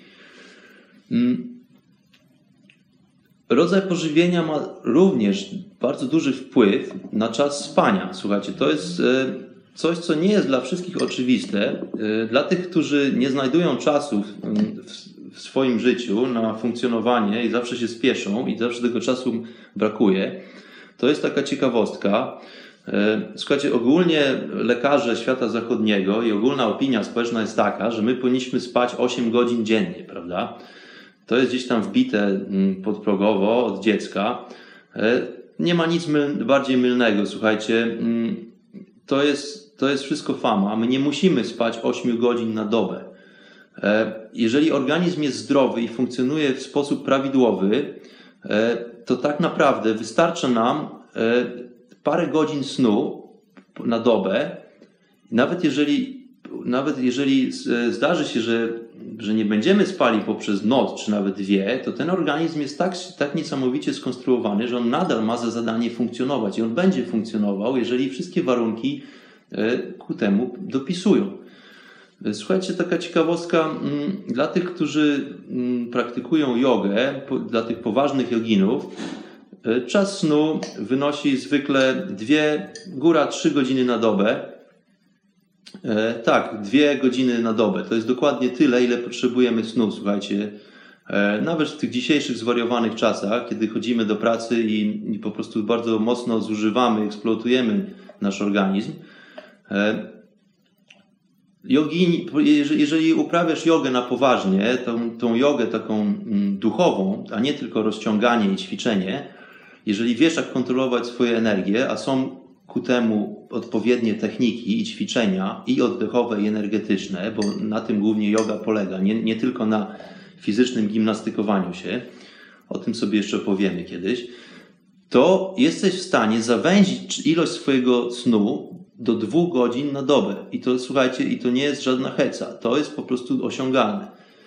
Rodzaj pożywienia ma również bardzo duży wpływ na czas spania. Słuchajcie, to jest coś, co nie jest dla wszystkich oczywiste. Dla tych, którzy nie znajdują czasu w swoim życiu na funkcjonowanie i zawsze się spieszą i zawsze tego czasu brakuje, to jest taka ciekawostka. Słuchajcie, ogólnie lekarze świata zachodniego i ogólna opinia społeczna jest taka, że my powinniśmy spać osiem godzin dziennie, prawda? To jest gdzieś tam wbite podprogowo od dziecka. Nie ma nic myl, bardziej mylnego, słuchajcie. To jest, to jest wszystko fama. My nie musimy spać osiem godzin na dobę. Jeżeli organizm jest zdrowy i funkcjonuje w sposób prawidłowy, to tak naprawdę wystarcza nam parę godzin snu na dobę. Nawet jeżeli, nawet jeżeli zdarzy się, że, że nie będziemy spali poprzez noc czy nawet dwie, to ten organizm jest tak, tak niesamowicie skonstruowany, że on nadal ma za zadanie funkcjonować i on będzie funkcjonował, jeżeli wszystkie warunki ku temu dopisują. Słuchajcie, taka ciekawostka dla tych, którzy praktykują jogę, dla tych poważnych joginów, czas snu wynosi zwykle dwie, góra trzy godziny na dobę. Tak, dwie godziny na dobę. To jest dokładnie tyle, ile potrzebujemy snu, słuchajcie. Nawet w tych dzisiejszych zwariowanych czasach, kiedy chodzimy do pracy i, i po prostu bardzo mocno zużywamy, eksploatujemy nasz organizm. Jogini, jeżeli uprawiasz jogę na poważnie, tą, tą jogę taką duchową, a nie tylko rozciąganie i ćwiczenie, jeżeli wiesz, jak kontrolować swoje energię, a są ku temu odpowiednie techniki i ćwiczenia i oddechowe, i energetyczne, bo na tym głównie joga polega, nie, nie tylko na fizycznym gimnastykowaniu się, o tym sobie jeszcze powiemy kiedyś, to jesteś w stanie zawęzić ilość swojego snu do dwóch godzin na dobę. I to, słuchajcie, i to nie jest żadna heca. To jest po prostu osiągalne.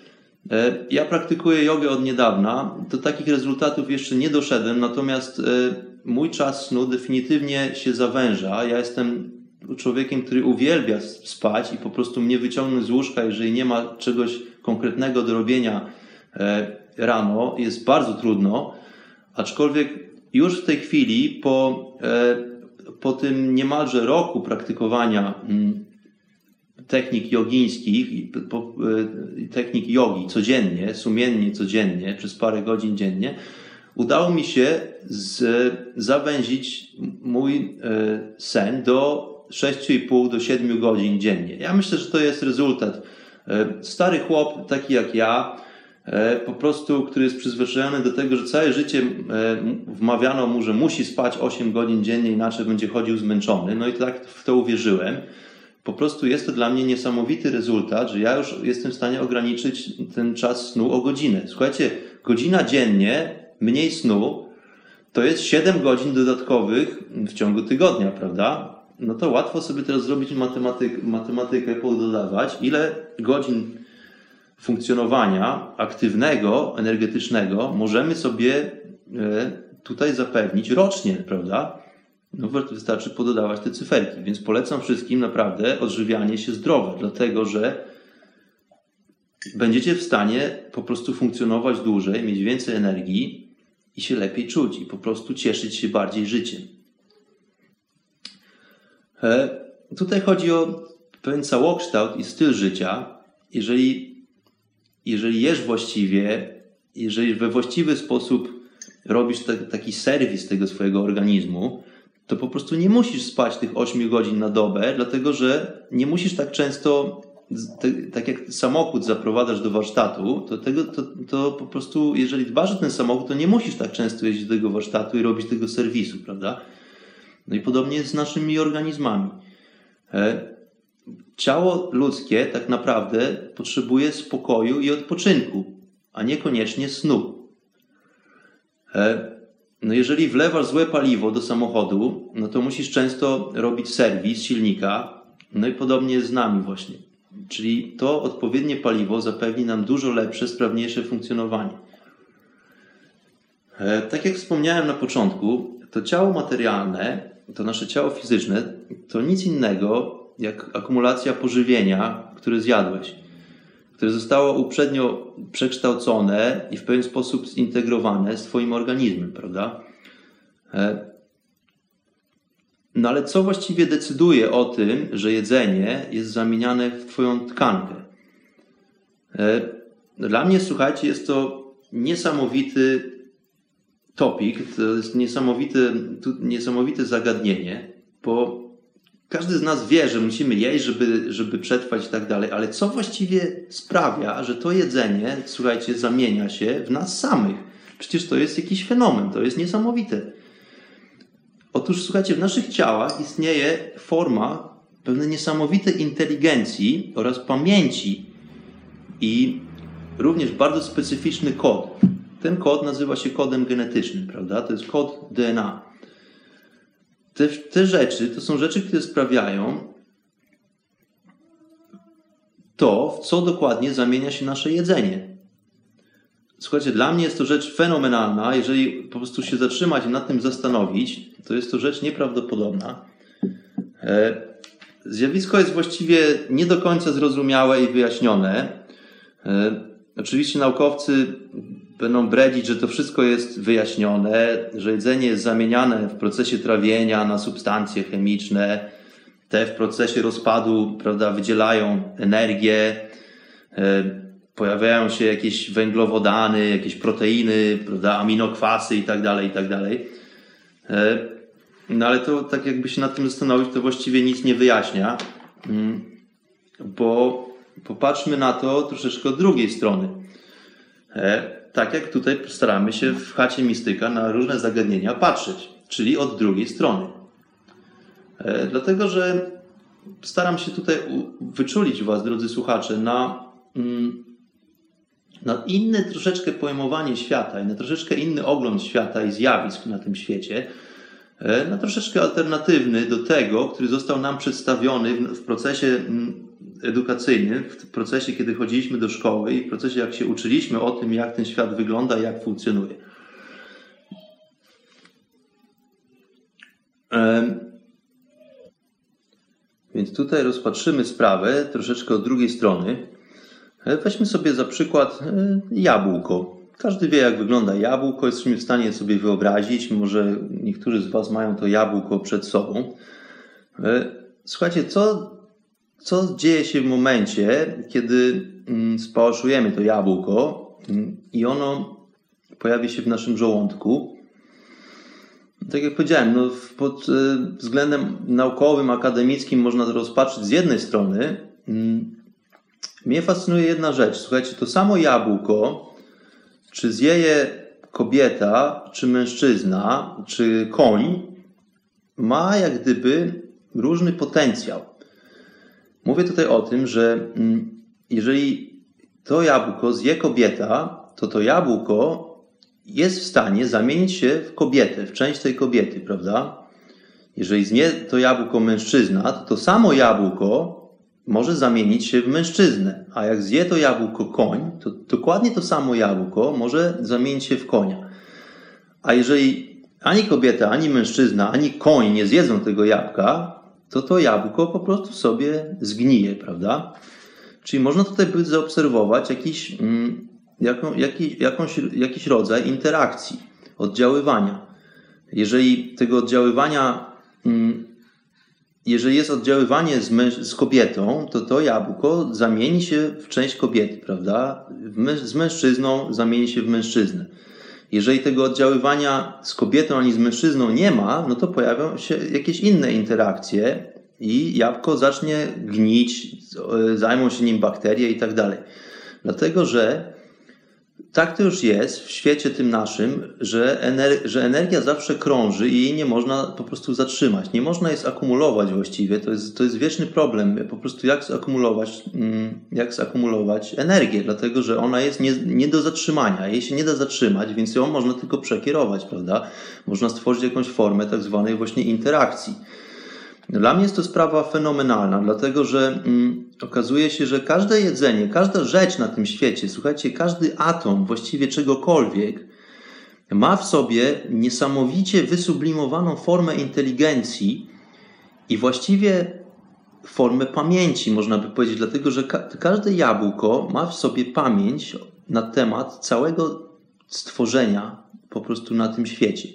Ja praktykuję jogę od niedawna. Do takich rezultatów jeszcze nie doszedłem, natomiast mój czas snu definitywnie się zawęża. Ja jestem człowiekiem, który uwielbia spać i po prostu mnie wyciągnąć z łóżka, jeżeli nie ma czegoś konkretnego do robienia rano, jest bardzo trudno. Aczkolwiek już w tej chwili po po tym niemalże roku praktykowania technik jogińskich, technik jogi codziennie, sumiennie codziennie, przez parę godzin dziennie, udało mi się z, zawęzić mój sen do sześć i pół do siedmiu godzin dziennie. Ja myślę, że to jest rezultat. Stary chłop, taki jak ja, po prostu, który jest przyzwyczajony do tego, że całe życie wmawiano mu, że musi spać osiem godzin dziennie, inaczej będzie chodził zmęczony. No i tak w to uwierzyłem. Po prostu jest to dla mnie niesamowity rezultat, że ja już jestem w stanie ograniczyć ten czas snu o godzinę. Słuchajcie, godzina dziennie, mniej snu, to jest siedem godzin dodatkowych w ciągu tygodnia, prawda? No to łatwo sobie teraz zrobić matematyk, matematykę, pododawać, ile godzin funkcjonowania aktywnego, energetycznego możemy sobie tutaj zapewnić rocznie, prawda? No wystarczy pododawać te cyferki, więc polecam wszystkim naprawdę odżywianie się zdrowe, dlatego że będziecie w stanie po prostu funkcjonować dłużej, mieć więcej energii i się lepiej czuć i po prostu cieszyć się bardziej życiem. Tutaj chodzi o pewien całokształt i styl życia. Jeżeli Jeżeli jesz właściwie, jeżeli we właściwy sposób robisz te, taki serwis tego swojego organizmu, to po prostu nie musisz spać tych ośmiu godzin na dobę, dlatego że nie musisz tak często, te, tak jak samochód zaprowadzasz do warsztatu, to, tego, to, to po prostu, jeżeli dbasz o ten samochód, to nie musisz tak często jeździć do tego warsztatu i robić tego serwisu, prawda? No i podobnie jest z naszymi organizmami. Ciało ludzkie tak naprawdę potrzebuje spokoju i odpoczynku, a niekoniecznie snu. No jeżeli wlewasz złe paliwo do samochodu, no to musisz często robić serwis silnika, no i podobnie jest z nami właśnie. Czyli to odpowiednie paliwo zapewni nam dużo lepsze, sprawniejsze funkcjonowanie. Tak jak wspomniałem na początku, to ciało materialne, to nasze ciało fizyczne, to nic innego jak akumulacja pożywienia, które zjadłeś, które zostało uprzednio przekształcone i w pewien sposób zintegrowane z twoim organizmem, prawda? No ale co właściwie decyduje o tym, że jedzenie jest zamieniane w twoją tkankę? Dla mnie, słuchajcie, jest to niesamowity topik, to jest niesamowite, niesamowite zagadnienie, bo każdy z nas wie, że musimy jeść, żeby, żeby przetrwać i tak dalej, ale co właściwie sprawia, że to jedzenie, słuchajcie, zamienia się w nas samych? Przecież to jest jakiś fenomen, to jest niesamowite. Otóż, słuchajcie, w naszych ciałach istnieje forma pewnej niesamowitej inteligencji oraz pamięci i również bardzo specyficzny kod. Ten kod nazywa się kodem genetycznym, prawda? To jest kod D N A. Te, te rzeczy to są rzeczy, które sprawiają to, w co dokładnie zamienia się nasze jedzenie. Słuchajcie, dla mnie jest to rzecz fenomenalna. Jeżeli po prostu się zatrzymać i nad tym zastanowić, to jest to rzecz nieprawdopodobna. Zjawisko jest właściwie nie do końca zrozumiałe i wyjaśnione. Oczywiście naukowcy będą bredzić, że to wszystko jest wyjaśnione, że jedzenie jest zamieniane w procesie trawienia na substancje chemiczne. Te w procesie rozpadu, prawda, wydzielają energię, pojawiają się jakieś węglowodany, jakieś proteiny, prawda, aminokwasy i tak dalej, i tak dalej. No ale to tak jakby się nad tym zastanowić, to właściwie nic nie wyjaśnia, bo popatrzmy na to troszeczkę od drugiej strony. Tak jak tutaj staramy się w chacie Mistyka na różne zagadnienia patrzeć, czyli od drugiej strony. Dlatego, że staram się tutaj wyczulić was, drodzy słuchacze, na, na inne troszeczkę pojmowanie świata i na troszeczkę inny ogląd świata i zjawisk na tym świecie, na troszeczkę alternatywny do tego, który został nam przedstawiony w, w procesie edukacyjnym, w procesie, kiedy chodziliśmy do szkoły i w procesie, jak się uczyliśmy o tym, jak ten świat wygląda i jak funkcjonuje. Więc tutaj rozpatrzymy sprawę troszeczkę od drugiej strony. Weźmy sobie za przykład jabłko. Każdy wie, jak wygląda jabłko, jesteśmy w stanie sobie wyobrazić. Może niektórzy z was mają to jabłko przed sobą. Słuchajcie, co, co dzieje się w momencie, kiedy spalaszujemy to jabłko i ono pojawi się w naszym żołądku? Tak jak powiedziałem, no pod względem naukowym, akademickim można to rozpatrzyć z jednej strony. Mnie fascynuje jedna rzecz. Słuchajcie, to samo jabłko, czy zje je kobieta, czy mężczyzna, czy koń, ma jak gdyby różny potencjał. Mówię tutaj o tym, że jeżeli to jabłko zje kobieta, to to jabłko jest w stanie zamienić się w kobietę, w część tej kobiety, prawda? Jeżeli zje to jabłko mężczyzna, to to samo jabłko może zamienić się w mężczyznę. A jak zje to jabłko koń, to dokładnie to samo jabłko może zamienić się w konia. A jeżeli ani kobieta, ani mężczyzna, ani koń nie zjedzą tego jabłka, to to jabłko po prostu sobie zgnije, prawda? Czyli można tutaj by zaobserwować jakiś, mm, jaką, jakiś, jakąś, jakiś rodzaj interakcji, oddziaływania. Jeżeli tego oddziaływania... Mm, Jeżeli jest oddziaływanie z, męż- z kobietą, to to jabłko zamieni się w część kobiety, prawda? Męż- z mężczyzną zamieni się w mężczyznę. Jeżeli tego oddziaływania z kobietą ani z mężczyzną nie ma, no to pojawią się jakieś inne interakcje i jabłko zacznie gnić, zajmą się nim bakterie i tak dalej. Dlatego, że tak to już jest w świecie tym naszym, że, ener- że energia zawsze krąży i jej nie można po prostu zatrzymać. Nie można jej zakumulować właściwie. To jest, to jest wieczny problem. Po prostu jak zakumulować, jak zakumulować energię, dlatego że ona jest nie, nie do zatrzymania. Jej się nie da zatrzymać, więc ją można tylko przekierować, prawda? Można stworzyć jakąś formę tak zwanej właśnie interakcji. Dla mnie jest to sprawa fenomenalna, dlatego że mm, okazuje się, że każde jedzenie, każda rzecz na tym świecie, słuchajcie, każdy atom właściwie czegokolwiek ma w sobie niesamowicie wysublimowaną formę inteligencji i właściwie formę pamięci, można by powiedzieć, dlatego że ka- każde jabłko ma w sobie pamięć na temat całego stworzenia po prostu na tym świecie.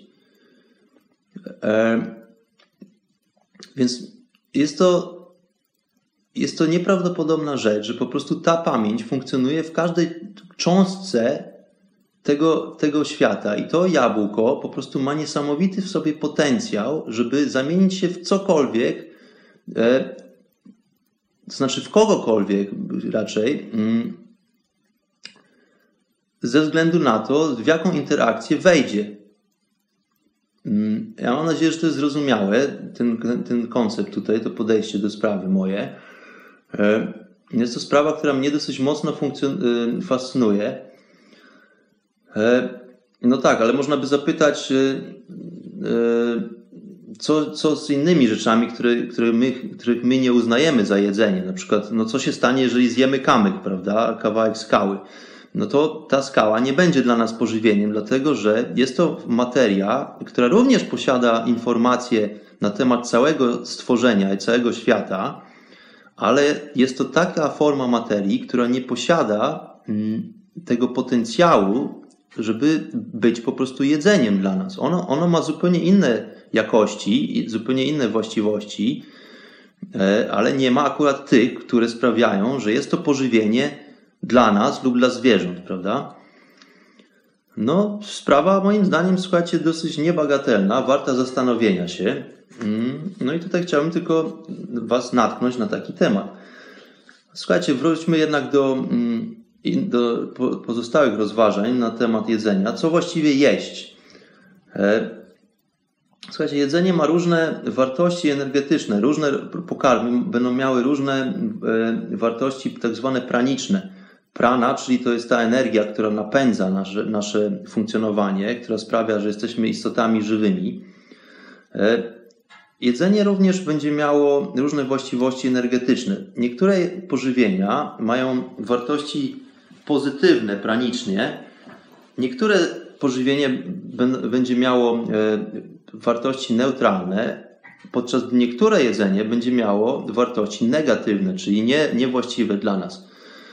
E, więc jest to, jest to nieprawdopodobna rzecz, że po prostu ta pamięć funkcjonuje w każdej cząstce tego, tego świata i to jabłko po prostu ma niesamowity w sobie potencjał, żeby zamienić się w cokolwiek, e, to znaczy w kogokolwiek raczej, mm, ze względu na to, w jaką interakcję wejdzie. Mm, ja mam nadzieję, że to jest zrozumiałe, ten, ten koncept tutaj, to podejście do sprawy moje. E, jest to sprawa, która mnie dosyć mocno funkcjon- e, fascynuje. No tak, ale można by zapytać, co, co z innymi rzeczami, które, które my, których my nie uznajemy za jedzenie. Na przykład, no co się stanie, jeżeli zjemy kamyk, prawda, kawałek skały. No to ta skała nie będzie dla nas pożywieniem, dlatego że jest to materia, która również posiada informacje na temat całego stworzenia i całego świata, ale jest to taka forma materii, która nie posiada tego potencjału, żeby być po prostu jedzeniem dla nas. Ono, ono ma zupełnie inne jakości, zupełnie inne właściwości, ale nie ma akurat tych, które sprawiają, że jest to pożywienie dla nas lub dla zwierząt, prawda? No, sprawa moim zdaniem, słuchajcie, dosyć niebagatelna, warta zastanowienia się. No i tutaj chciałbym tylko was natknąć na taki temat. Słuchajcie, wróćmy jednak do... I do pozostałych rozważań na temat jedzenia. Co właściwie jeść? Słuchajcie, jedzenie ma różne wartości energetyczne. Różne pokarmy będą miały różne wartości tak zwane praniczne. Prana, czyli to jest ta energia, która napędza nasze, nasze funkcjonowanie, która sprawia, że jesteśmy istotami żywymi. Jedzenie również będzie miało różne właściwości energetyczne. Niektóre pożywienia mają wartości pozytywne pranicznie, niektóre pożywienie będzie miało wartości neutralne, podczas gdy niektóre jedzenie będzie miało wartości negatywne, czyli nie, niewłaściwe dla nas.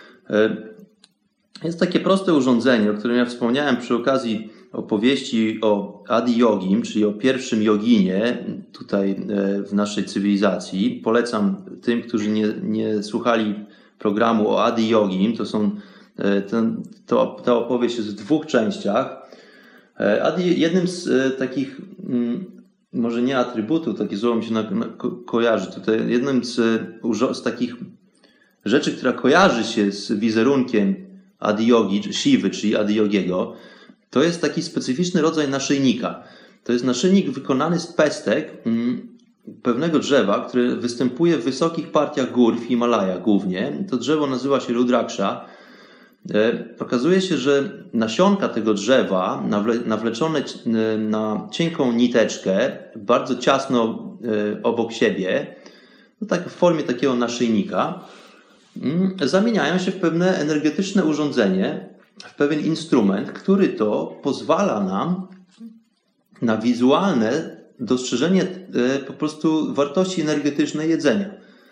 Jest takie proste urządzenie, o którym ja wspomniałem przy okazji opowieści o Adi Yogim, czyli o pierwszym joginie tutaj w naszej cywilizacji. Polecam tym, którzy nie, nie słuchali programu o Adi Yogim. To są, ten, to, ta opowieść jest w dwóch częściach. Adi, jednym z takich, może nie atrybutów, takie słowo mi się na, na, ko, kojarzy tutaj, jednym z, z takich rzeczy, która kojarzy się z wizerunkiem Adi Yogi, Shiwy, czyli Adi Yogiego, to jest taki specyficzny rodzaj naszyjnika. To jest naszyjnik wykonany z pestek pewnego drzewa, które występuje w wysokich partiach gór w Himalajach głównie. To drzewo nazywa się Rudraksha. Okazuje się, że nasionka tego drzewa nawleczone na cienką niteczkę, bardzo ciasno obok siebie, no tak w formie takiego naszyjnika, zamieniają się w pewne energetyczne urządzenie, w pewien instrument, który to pozwala nam na wizualne dostrzeżenie po prostu wartości energetycznej jedzenia.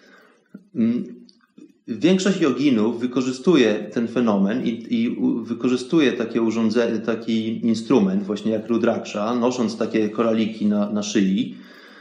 Większość joginów wykorzystuje ten fenomen i, i wykorzystuje takie urządzenie, taki instrument właśnie jak Rudraksha, nosząc takie koraliki na, na szyi.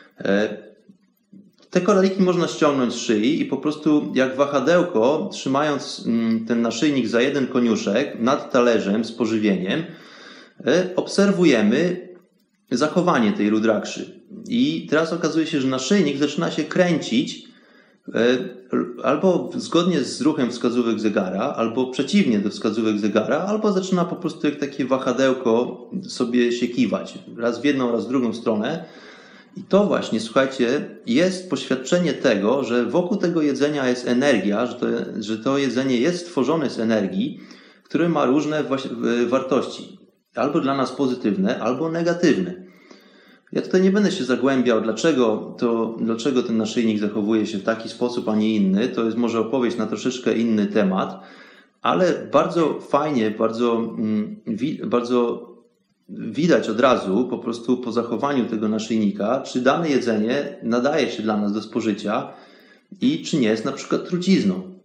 Te koraliki można ściągnąć z szyi i po prostu jak wahadełko, trzymając ten naszyjnik za jeden koniuszek nad talerzem z pożywieniem, obserwujemy zachowanie tej Rudrakszy. I teraz okazuje się, że naszyjnik zaczyna się kręcić albo zgodnie z ruchem wskazówek zegara, albo przeciwnie do wskazówek zegara, albo zaczyna po prostu jak takie wahadełko sobie się kiwać. Raz w jedną, raz w drugą stronę. I to właśnie, słuchajcie, jest poświadczenie tego, że wokół tego jedzenia jest energia, że to, że to jedzenie jest stworzone z energii, które ma różne wartości. Albo dla nas pozytywne, albo negatywne. Ja tutaj nie będę się zagłębiał, dlaczego, to, dlaczego ten naszyjnik zachowuje się w taki sposób, a nie inny. To jest może opowieść na troszeczkę inny temat, ale bardzo fajnie, bardzo, bardzo widać od razu, po prostu po zachowaniu tego naszyjnika, czy dane jedzenie nadaje się dla nas do spożycia i czy nie jest na przykład trucizną.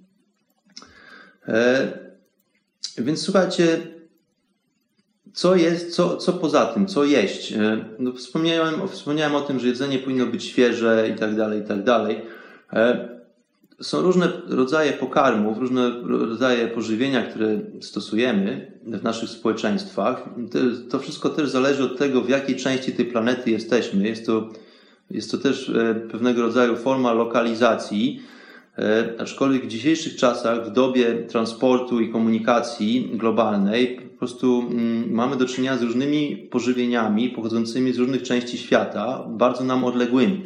E, więc słuchajcie, co jest, co, co poza tym, co jeść? E, no wspomniałem, wspomniałem o tym, że jedzenie powinno być świeże i tak dalej, i tak dalej. E, Są różne rodzaje pokarmów, różne rodzaje pożywienia, które stosujemy w naszych społeczeństwach. To wszystko też zależy od tego, w jakiej części tej planety jesteśmy. Jest to, jest to też pewnego rodzaju forma lokalizacji, aczkolwiek w dzisiejszych czasach, w dobie transportu i komunikacji globalnej, po prostu mamy do czynienia z różnymi pożywieniami pochodzącymi z różnych części świata, bardzo nam odległymi.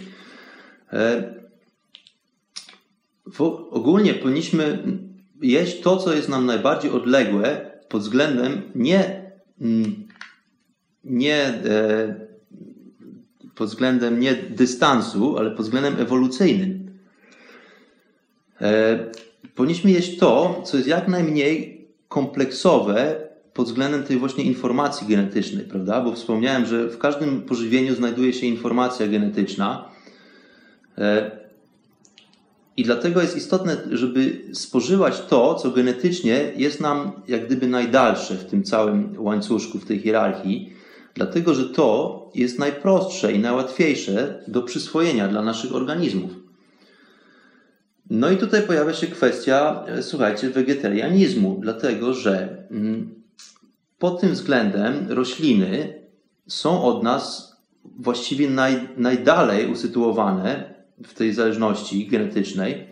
Ogólnie powinniśmy jeść to, co jest nam najbardziej odległe pod względem nie, nie, pod względem nie dystansu, ale pod względem ewolucyjnym. Powinniśmy jeść to, co jest jak najmniej kompleksowe pod względem tej właśnie informacji genetycznej, prawda? Bo wspomniałem, że w każdym pożywieniu znajduje się informacja genetyczna. I dlatego jest istotne, żeby spożywać to, co genetycznie jest nam jak gdyby najdalsze w tym całym łańcuszku, w tej hierarchii, dlatego że to jest najprostsze i najłatwiejsze do przyswojenia dla naszych organizmów. No i tutaj pojawia się kwestia, słuchajcie, wegetarianizmu, dlatego że pod tym względem rośliny są od nas właściwie naj, najdalej usytuowane w tej zależności genetycznej.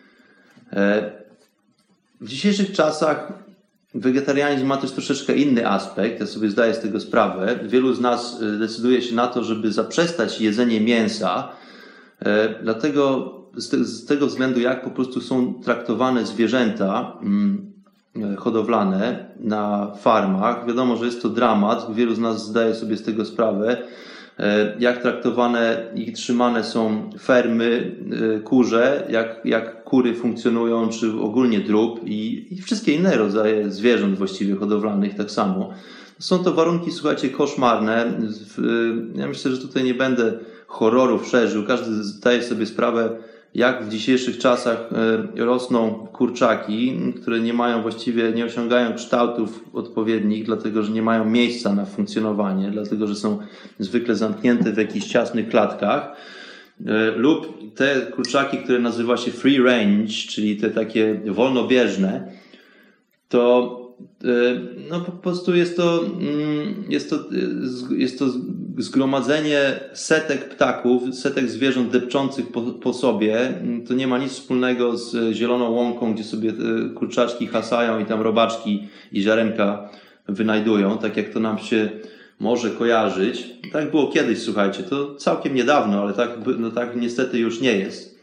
W dzisiejszych czasach wegetarianizm ma też troszeczkę inny aspekt, ja sobie zdaję z tego sprawę. Wielu z nas decyduje się na to, żeby zaprzestać jedzenia mięsa, dlatego z tego względu, jak po prostu są traktowane zwierzęta hodowlane na farmach. Wiadomo, że jest to dramat, wielu z nas zdaje sobie z tego sprawę, jak traktowane i trzymane są fermy, kurze, jak, jak kury funkcjonują, czy ogólnie drób i, i wszystkie inne rodzaje zwierząt właściwie hodowlanych tak samo. Są to warunki, słuchajcie, koszmarne. Ja myślę, że tutaj nie będę horrorów szerzył. Każdy zdaje sobie sprawę, jak w dzisiejszych czasach rosną kurczaki, które nie mają właściwie, nie osiągają kształtów odpowiednich, dlatego że nie mają miejsca na funkcjonowanie, dlatego że są zwykle zamknięte w jakichś ciasnych klatkach. Lub te kurczaki, które nazywa się free range, czyli te takie wolnobieżne, to no po prostu jest to, jest to, jest to zgromadzenie setek ptaków, setek zwierząt depczących po, po sobie. To nie ma nic wspólnego z zieloną łąką, gdzie sobie kurczaczki hasają i tam robaczki i ziarenka wynajdują, tak jak to nam się może kojarzyć. Tak było kiedyś, słuchajcie, to całkiem niedawno, ale tak, no tak niestety już nie jest.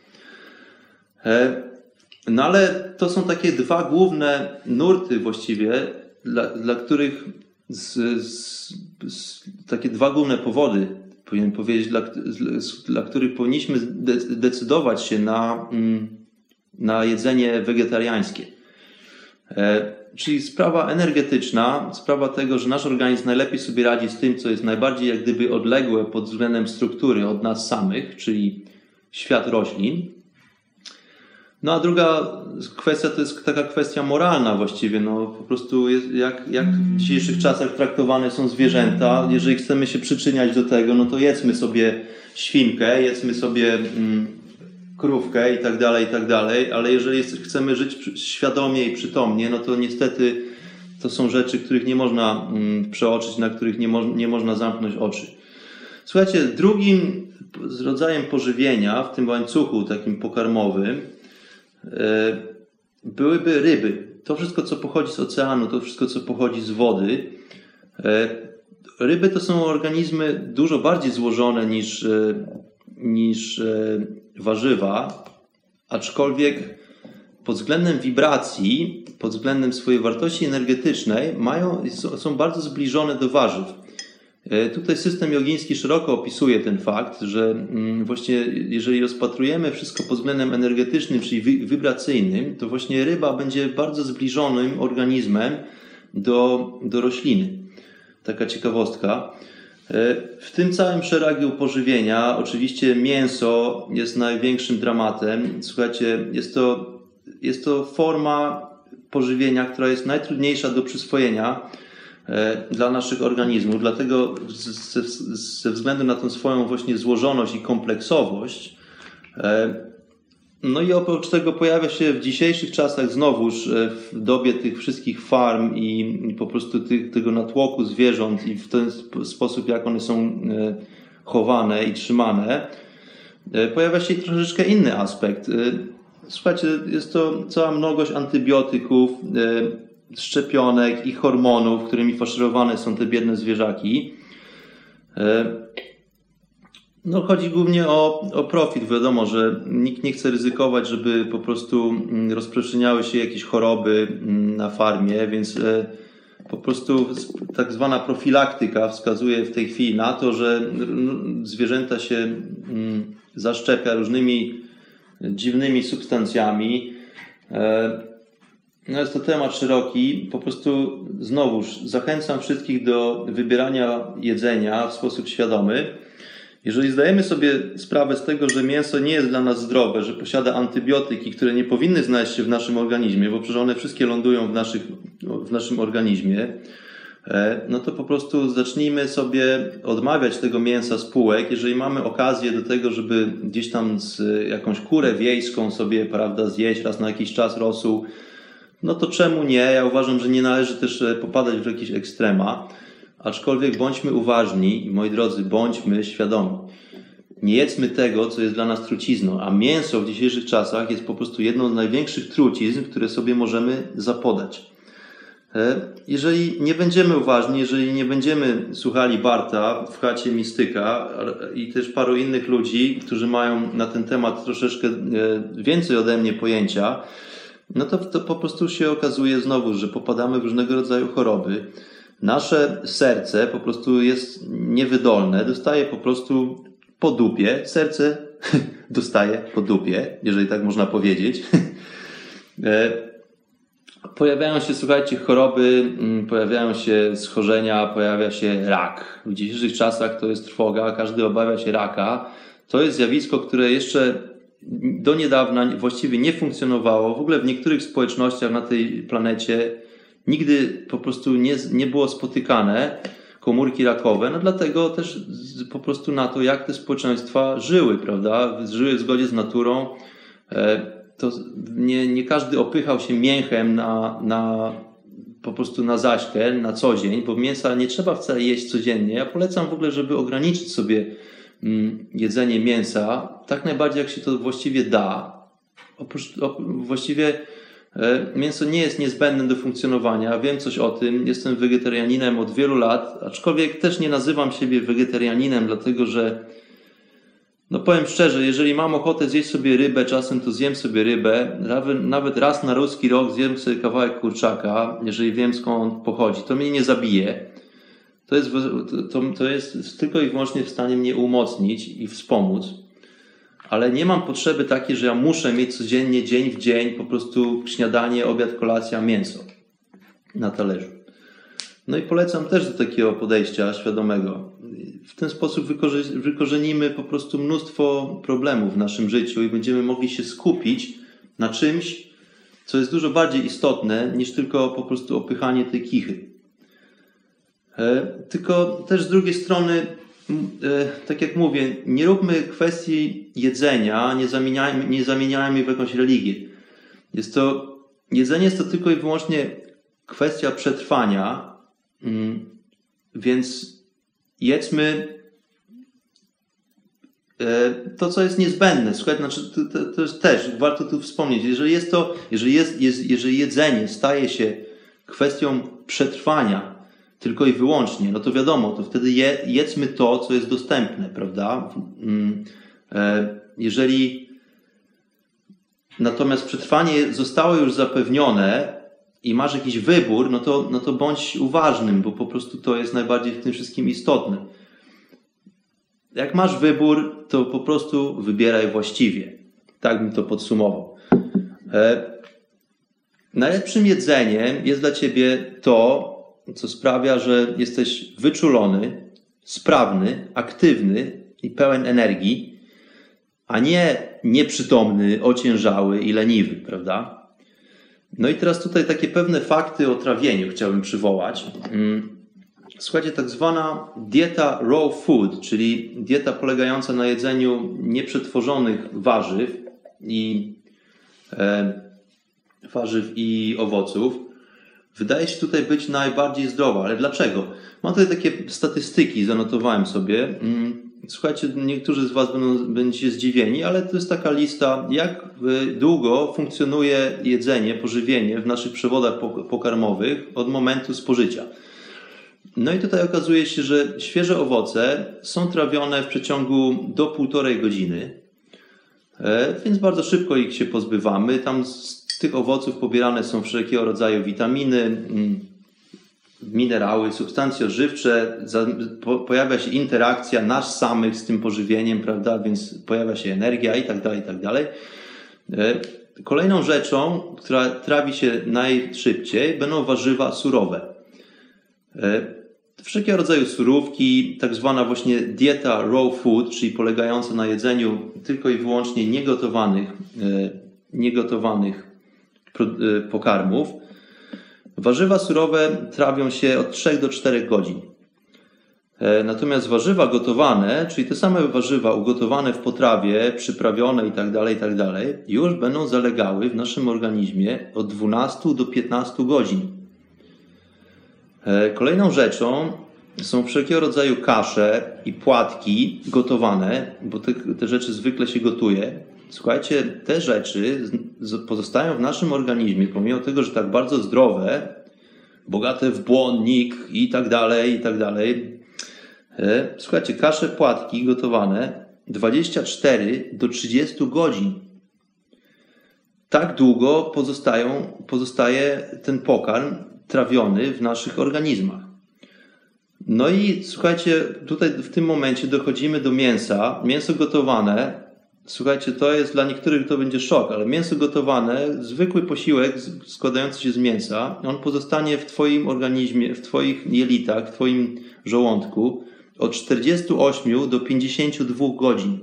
No ale to są takie dwa główne nurty właściwie, dla, dla których z, z, z, takie dwa główne powody, powinien powiedzieć, dla, dla których powinniśmy de, decydować się na, na jedzenie wegetariańskie. E, czyli sprawa energetyczna, sprawa tego, że nasz organizm najlepiej sobie radzi z tym, co jest najbardziej jak gdyby odległe pod względem struktury od nas samych, czyli świat roślin. No a druga kwestia to jest taka kwestia moralna właściwie. No po prostu jest, jak, jak w dzisiejszych czasach traktowane są zwierzęta. Jeżeli chcemy się przyczyniać do tego, no to jedzmy sobie świnkę, jedzmy sobie mm, krówkę i tak dalej, i tak dalej. Ale jeżeli jest, chcemy żyć świadomie i przytomnie, no to niestety to są rzeczy, których nie można mm, przeoczyć, na których nie, mo- nie można zamknąć oczy. Słuchajcie, drugim rodzajem pożywienia w tym łańcuchu takim pokarmowym byłyby ryby. To wszystko, co pochodzi z oceanu, to wszystko, co pochodzi z wody. Ryby to są organizmy dużo bardziej złożone niż, niż warzywa, aczkolwiek pod względem wibracji, pod względem swojej wartości energetycznej mają, są bardzo zbliżone do warzyw. Tutaj system jogiński szeroko opisuje ten fakt, że właśnie jeżeli rozpatrujemy wszystko pod względem energetycznym, czyli wibracyjnym, to właśnie ryba będzie bardzo zbliżonym organizmem do, do rośliny. taka ciekawostka. W tym całym szeregu pożywienia oczywiście mięso jest największym dramatem. Słuchajcie, jest to, jest to forma pożywienia, która jest najtrudniejsza do przyswojenia dla naszych organizmów, dlatego ze, ze względu na tą swoją właśnie złożoność i kompleksowość. No i oprócz tego pojawia się w dzisiejszych czasach znowuż w dobie tych wszystkich farm i po prostu tych, tego natłoku zwierząt i w ten sposób, jak one są chowane i trzymane, pojawia się troszeczkę inny aspekt. Słuchajcie, jest to cała mnogość antybiotyków, szczepionek i hormonów, którymi faszerowane są te biedne zwierzaki. No, chodzi głównie o, o profit. Wiadomo, że nikt nie chce ryzykować, żeby po prostu rozprzestrzeniały się jakieś choroby na farmie, więc po prostu tak zwana profilaktyka wskazuje w tej chwili na to, że zwierzęta się zaszczepia różnymi dziwnymi substancjami. No jest to temat szeroki. Po prostu znowuż zachęcam wszystkich do wybierania jedzenia w sposób świadomy. Jeżeli zdajemy sobie sprawę z tego, że mięso nie jest dla nas zdrowe, że posiada antybiotyki, które nie powinny znaleźć się w naszym organizmie, bo przecież one wszystkie lądują w, naszych, w naszym organizmie, no to po prostu zacznijmy sobie odmawiać tego mięsa z półek. Jeżeli mamy okazję do tego, żeby gdzieś tam z jakąś kurę wiejską sobie, prawda, zjeść raz na jakiś czas rosół, no to czemu nie? Ja uważam, że nie należy też popadać w jakieś ekstrema. Aczkolwiek bądźmy uważni, moi drodzy, bądźmy świadomi. Nie jedzmy tego, co jest dla nas trucizną, a mięso w dzisiejszych czasach jest po prostu jedną z największych trucizn, które sobie możemy zapodać. Jeżeli nie będziemy uważni, jeżeli nie będziemy słuchali Barta w chacie Mistyka i też paru innych ludzi, którzy mają na ten temat troszeczkę więcej ode mnie pojęcia, no to, to po prostu się okazuje znowu, że popadamy w różnego rodzaju choroby. Nasze serce po prostu jest niewydolne, dostaje po prostu po dupie. Serce dostaje po dupie, jeżeli tak można powiedzieć. Pojawiają się, słuchajcie, choroby, pojawiają się schorzenia, pojawia się rak. W dzisiejszych czasach to jest trwoga, każdy obawia się raka. To jest zjawisko, które jeszcze do niedawna właściwie nie funkcjonowało. W ogóle w niektórych społecznościach na tej planecie nigdy po prostu nie, nie było spotykane komórki rakowe, no dlatego też po prostu na to, jak te społeczeństwa żyły, prawda? Żyły w zgodzie z naturą. To nie, nie każdy opychał się mięchem na, na, po prostu na zaśkę, na co dzień, bo mięsa nie trzeba wcale jeść codziennie. Ja polecam w ogóle, żeby ograniczyć sobie mm, jedzenie mięsa, tak najbardziej jak się to właściwie da. Oprócz, op, właściwie mięso nie jest niezbędne do funkcjonowania. Wiem coś o tym. Jestem wegetarianinem od wielu lat, aczkolwiek też nie nazywam siebie wegetarianinem, dlatego że no powiem szczerze, jeżeli mam ochotę zjeść sobie rybę, czasem to zjem sobie rybę. Nawet raz na ruski rok zjem sobie kawałek kurczaka, jeżeli wiem skąd pochodzi. To mnie nie zabije. To jest, to, to jest tylko i wyłącznie w stanie mnie umocnić i wspomóc. Ale nie mam potrzeby takiej, że ja muszę mieć codziennie, dzień w dzień, po prostu śniadanie, obiad, kolacja, mięso na talerzu. No i polecam też do takiego podejścia świadomego. W ten sposób wykorze- wykorzenimy po prostu mnóstwo problemów w naszym życiu i będziemy mogli się skupić na czymś, co jest dużo bardziej istotne niż tylko po prostu opychanie tej kichy. E, tylko też z drugiej strony, tak jak mówię, nie róbmy kwestii jedzenia, nie zamieniajmy, nie zamieniajmy w jakąś religię. Jest to, jedzenie jest to tylko i wyłącznie kwestia przetrwania, więc jedzmy to, co jest niezbędne. Słuchajcie, znaczy, to, to, to jest też, warto tu wspomnieć, jeżeli jest to, jeżeli, jest, jest, jeżeli jedzenie staje się kwestią przetrwania, tylko i wyłącznie, no to wiadomo, to wtedy je, jedzmy to, co jest dostępne, prawda? Jeżeli natomiast przetrwanie zostało już zapewnione i masz jakiś wybór, no to, no to bądź uważnym, bo po prostu to jest najbardziej w tym wszystkim istotne. Jak masz wybór, to po prostu wybieraj właściwie. Tak bym to podsumował. Najlepszym jedzeniem jest dla ciebie to, co sprawia, że jesteś wyczulony, sprawny, aktywny i pełen energii, a nie nieprzytomny, ociężały i leniwy, prawda? No i teraz tutaj takie pewne fakty o trawieniu chciałbym przywołać. Słuchajcie, tak zwana dieta raw food, czyli dieta polegająca na jedzeniu nieprzetworzonych warzyw i e, warzyw i owoców, wydaje się tutaj być najbardziej zdrowa. Ale dlaczego? Mam tutaj takie statystyki, zanotowałem sobie. Słuchajcie, niektórzy z Was będą, będziecie zdziwieni, ale to jest taka lista, jak długo funkcjonuje jedzenie, pożywienie w naszych przewodach pokarmowych od momentu spożycia. No i tutaj okazuje się, że świeże owoce są trawione w przeciągu do półtorej godziny, więc bardzo szybko ich się pozbywamy. Tam z tych owoców pobierane są wszelkiego rodzaju witaminy, minerały, substancje odżywcze, pojawia się interakcja nas samych z tym pożywieniem, prawda, więc pojawia się energia i tak dalej, i tak dalej. Kolejną rzeczą, która trawi się najszybciej, będą warzywa surowe. Wszelkiego rodzaju surówki, tak zwana właśnie dieta raw food, czyli polegająca na jedzeniu tylko i wyłącznie niegotowanych, niegotowanych pokarmów. Warzywa surowe trawią się od trzech do czterech godzin. Natomiast warzywa gotowane, czyli te same warzywa ugotowane w potrawie, przyprawione itd., itd., już będą zalegały w naszym organizmie od dwunastu do piętnastu godzin. Kolejną rzeczą są wszelkiego rodzaju kasze i płatki gotowane, bo te, te rzeczy zwykle się gotuje. Słuchajcie, te rzeczy pozostają w naszym organizmie, pomimo tego, że tak bardzo zdrowe, bogate w błonnik i tak dalej, i tak dalej. Słuchajcie, kasze, płatki gotowane dwadzieścia cztery do trzydziestu godzin. Tak długo pozostają, pozostaje ten pokarm trawiony w naszych organizmach. No i słuchajcie, tutaj w tym momencie dochodzimy do mięsa. Mięso gotowane, słuchajcie, to jest dla niektórych to będzie szok, ale mięso gotowane, zwykły posiłek składający się z mięsa, on pozostanie w Twoim organizmie, w Twoich jelitach, w Twoim żołądku od czterdziestu ośmiu do pięćdziesięciu dwóch godzin.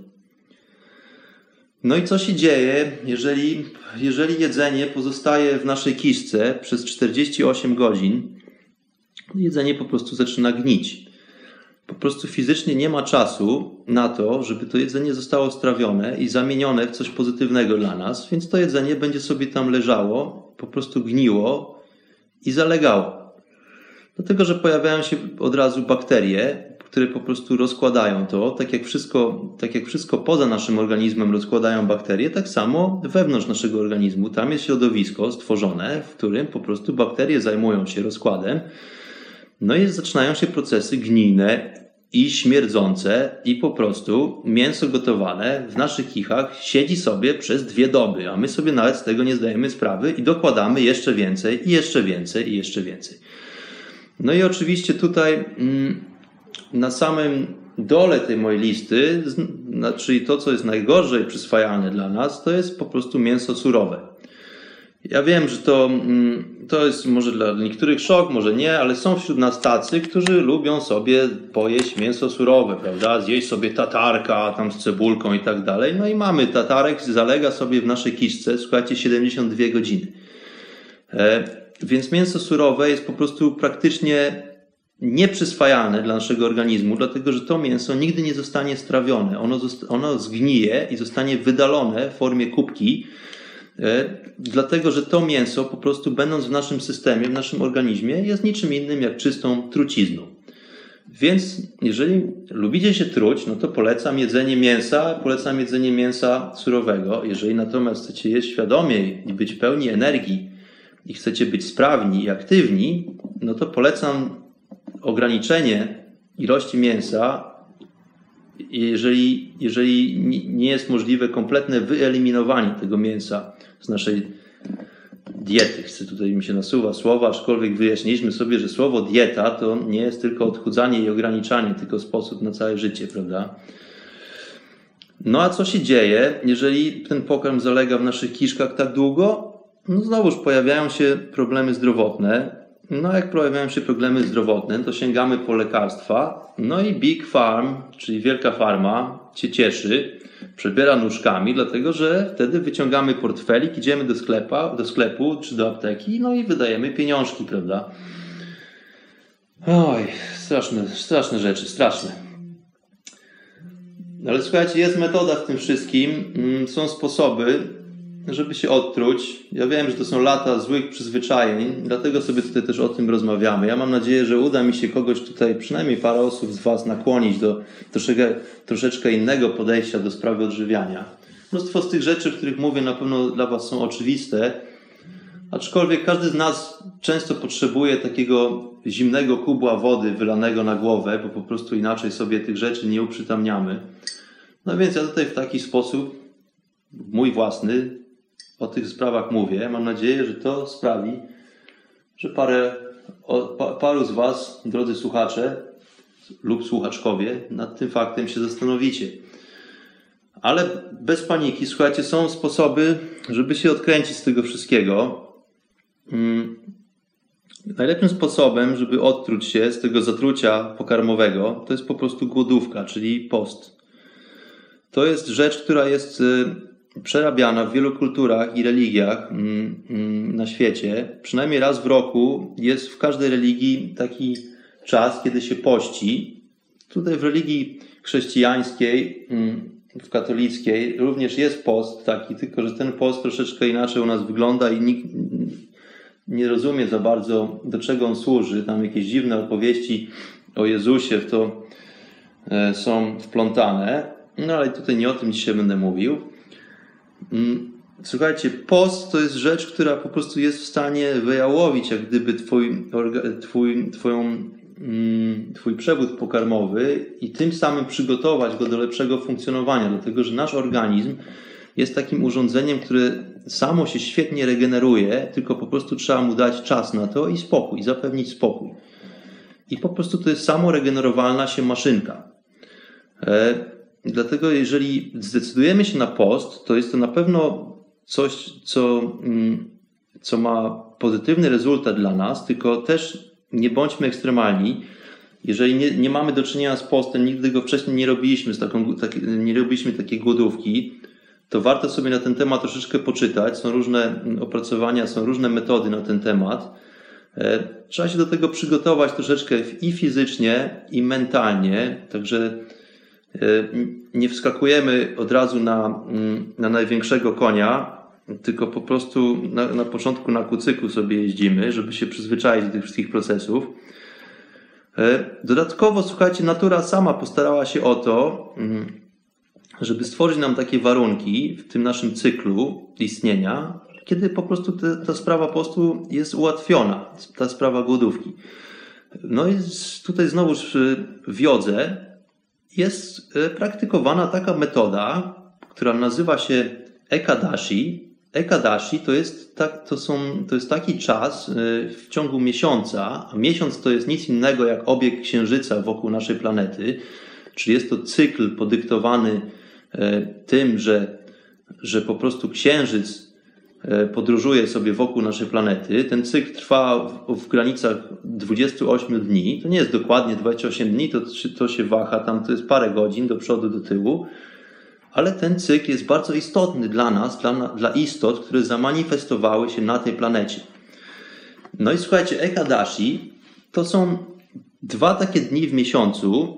No i co się dzieje, jeżeli, jeżeli jedzenie pozostaje w naszej kiszce przez czterdzieści osiem godzin? Jedzenie po prostu zaczyna gnić. Po prostu fizycznie nie ma czasu na to, żeby to jedzenie zostało strawione i zamienione w coś pozytywnego dla nas, więc to jedzenie będzie sobie tam leżało, po prostu gniło i zalegało. Dlatego, że pojawiają się od razu bakterie, które po prostu rozkładają to, tak jak wszystko, tak jak wszystko poza naszym organizmem rozkładają bakterie, tak samo wewnątrz naszego organizmu. Tam jest środowisko stworzone, w którym po prostu bakterie zajmują się rozkładem, no i zaczynają się procesy gnijne i śmierdzące i po prostu mięso gotowane w naszych kichach siedzi sobie przez dwie doby, a my sobie nawet z tego nie zdajemy sprawy i dokładamy jeszcze więcej i jeszcze więcej i jeszcze więcej. No i oczywiście tutaj na samym dole tej mojej listy, czyli to, co jest najgorzej przyswajalne dla nas, to jest po prostu mięso surowe. Ja wiem, że to, to jest może dla niektórych szok, może nie, ale są wśród nas tacy, którzy lubią sobie pojeść mięso surowe, prawda? Zjeść sobie tatarka tam z cebulką i tak dalej. No i mamy tatarek, zalega sobie w naszej kiszce, słuchajcie, siedemdziesiąt dwie godziny. E, więc mięso surowe jest po prostu praktycznie nieprzyswajalne dla naszego organizmu, dlatego że to mięso nigdy nie zostanie strawione. Ono, ono zgnije i zostanie wydalone w formie kubki, dlatego że to mięso po prostu będąc w naszym systemie, w naszym organizmie jest niczym innym jak czystą trucizną. Więc jeżeli lubicie się truć, no to polecam jedzenie mięsa, polecam jedzenie mięsa surowego. Jeżeli natomiast chcecie jeść świadomiej i być pełni energii i chcecie być sprawni i aktywni, no to polecam ograniczenie ilości mięsa, jeżeli, jeżeli nie jest możliwe kompletne wyeliminowanie tego mięsa z naszej diety. Chcę tutaj mi się nasuwa słowa, aczkolwiek wyjaśniliśmy sobie, że słowo dieta to nie jest tylko odchudzanie i ograniczanie, tylko sposób na całe życie, prawda? No a co się dzieje, jeżeli ten pokarm zalega w naszych kiszkach tak długo? No znowuż pojawiają się problemy zdrowotne. no jak pojawiają się problemy zdrowotne, to sięgamy po lekarstwa. No i Big Farm, czyli wielka farma, się cieszy, przebiera nóżkami, dlatego że wtedy wyciągamy portfelik, idziemy do sklepa, do sklepu czy do apteki, no i wydajemy pieniążki, prawda? Oj, straszne, straszne rzeczy, straszne. Ale słuchajcie, jest metoda w tym wszystkim, są sposoby, żeby się odtruć. Ja wiem, że to są lata złych przyzwyczajeń, dlatego sobie tutaj też o tym rozmawiamy. Ja mam nadzieję, że uda mi się kogoś tutaj, przynajmniej parę osób z Was nakłonić do troszeczkę, troszeczkę innego podejścia do sprawy odżywiania. Mnóstwo z tych rzeczy, o których mówię, na pewno dla Was są oczywiste, aczkolwiek każdy z nas często potrzebuje takiego zimnego kubła wody wylanego na głowę, bo po prostu inaczej sobie tych rzeczy nie uprzytamniamy. No więc ja tutaj w taki sposób, mój własny, o tych sprawach mówię. Mam nadzieję, że to sprawi, że parę, o, pa, paru z Was, drodzy słuchacze lub słuchaczkowie, nad tym faktem się zastanowicie. Ale bez paniki, słuchajcie, są sposoby, żeby się odkręcić z tego wszystkiego. Hmm. Najlepszym sposobem, żeby odtruć się z tego zatrucia pokarmowego, to jest po prostu głodówka, czyli post. To jest rzecz, która jest przerabiana w wielu kulturach i religiach na świecie. Przynajmniej raz w roku jest w każdej religii taki czas, kiedy się pości. Tutaj w religii chrześcijańskiej, w katolickiej również jest post taki, tylko że ten post troszeczkę inaczej u nas wygląda i nikt nie rozumie za bardzo, do czego on służy. Tam jakieś dziwne opowieści o Jezusie w to są wplątane. No ale tutaj nie o tym dzisiaj będę mówił. Słuchajcie, post to jest rzecz, która po prostu jest w stanie wyjałowić jak gdyby twój, twój, twoją, twój przewód pokarmowy i tym samym przygotować go do lepszego funkcjonowania, dlatego że nasz organizm jest takim urządzeniem, które samo się świetnie regeneruje, tylko po prostu trzeba mu dać czas na to i spokój, zapewnić spokój. I po prostu to jest samoregenerowalna się maszynka. E, dlatego jeżeli zdecydujemy się na post, to jest to na pewno coś, co, co ma pozytywny rezultat dla nas, tylko też nie bądźmy ekstremalni. Jeżeli nie, nie mamy do czynienia z postem, nigdy go wcześniej nie robiliśmy, z taką, tak, nie robiliśmy takiej głodówki, to warto sobie na ten temat troszeczkę poczytać. Są różne opracowania, są różne metody na ten temat. Trzeba się do tego przygotować troszeczkę i fizycznie, i mentalnie. Także nie wskakujemy od razu na, na największego konia, tylko po prostu na, na początku na kucyku sobie jeździmy, żeby się przyzwyczaić do tych wszystkich procesów. Dodatkowo, słuchajcie, natura sama postarała się o to, żeby stworzyć nam takie warunki w tym naszym cyklu istnienia, kiedy po prostu te, ta sprawa postu jest ułatwiona, ta sprawa głodówki. No i tutaj znowuż w jodze jest praktykowana taka metoda, która nazywa się ekadashi. Ekadashi to jest, tak, to, są, to jest taki czas w ciągu miesiąca, a miesiąc to jest nic innego jak obieg księżyca wokół naszej planety, czyli jest to cykl podyktowany tym, że, że po prostu księżyc podróżuje sobie wokół naszej planety. Ten cykl trwa w, w granicach dwudziestu ośmiu dni. To nie jest dokładnie dwadzieścia osiem dni, to, to się waha, tam to jest parę godzin do przodu, do tyłu. Ale ten cykl jest bardzo istotny dla nas, dla, dla istot, które zamanifestowały się na tej planecie. No i słuchajcie, ekadashi to są dwa takie dni w miesiącu.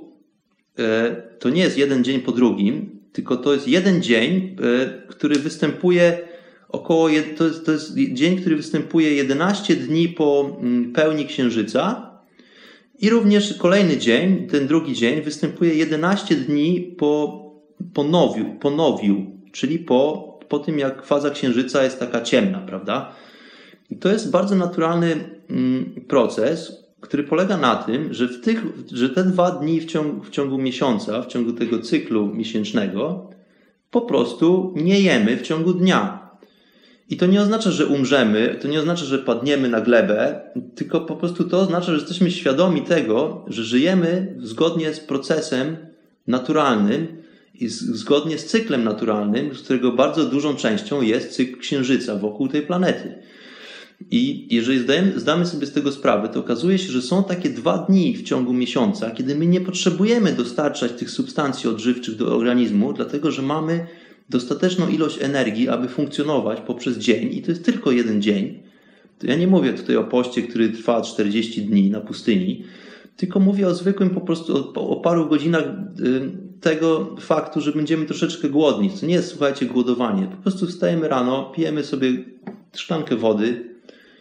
To nie jest jeden dzień po drugim, tylko to jest jeden dzień, który występuje około, to jest, to jest dzień, który występuje jedenaście dni po pełni księżyca i również kolejny dzień, ten drugi dzień występuje jedenaście dni po, po, nowiu, po nowiu, czyli po, po tym jak faza księżyca jest taka ciemna, prawda? I to jest bardzo naturalny proces, który polega na tym, że, w tych, że te dwa dni w ciągu, w ciągu miesiąca, w ciągu tego cyklu miesięcznego po prostu nie jemy w ciągu dnia. I to nie oznacza, że umrzemy, to nie oznacza, że padniemy na glebę, tylko po prostu to oznacza, że jesteśmy świadomi tego, że żyjemy zgodnie z procesem naturalnym i z, zgodnie z cyklem naturalnym, z którego bardzo dużą częścią jest cykl księżyca wokół tej planety. I jeżeli zdajemy, zdamy sobie z tego sprawę, to okazuje się, że są takie dwa dni w ciągu miesiąca, kiedy my nie potrzebujemy dostarczać tych substancji odżywczych do organizmu, dlatego że mamy dostateczną ilość energii, aby funkcjonować poprzez dzień i to jest tylko jeden dzień. To ja nie mówię tutaj o poście, który trwa czterdzieści dni na pustyni, tylko mówię o zwykłym po prostu, o, o paru godzinach tego faktu, że będziemy troszeczkę głodni. To nie jest, słuchajcie, głodowanie. Po prostu wstajemy rano, pijemy sobie szklankę wody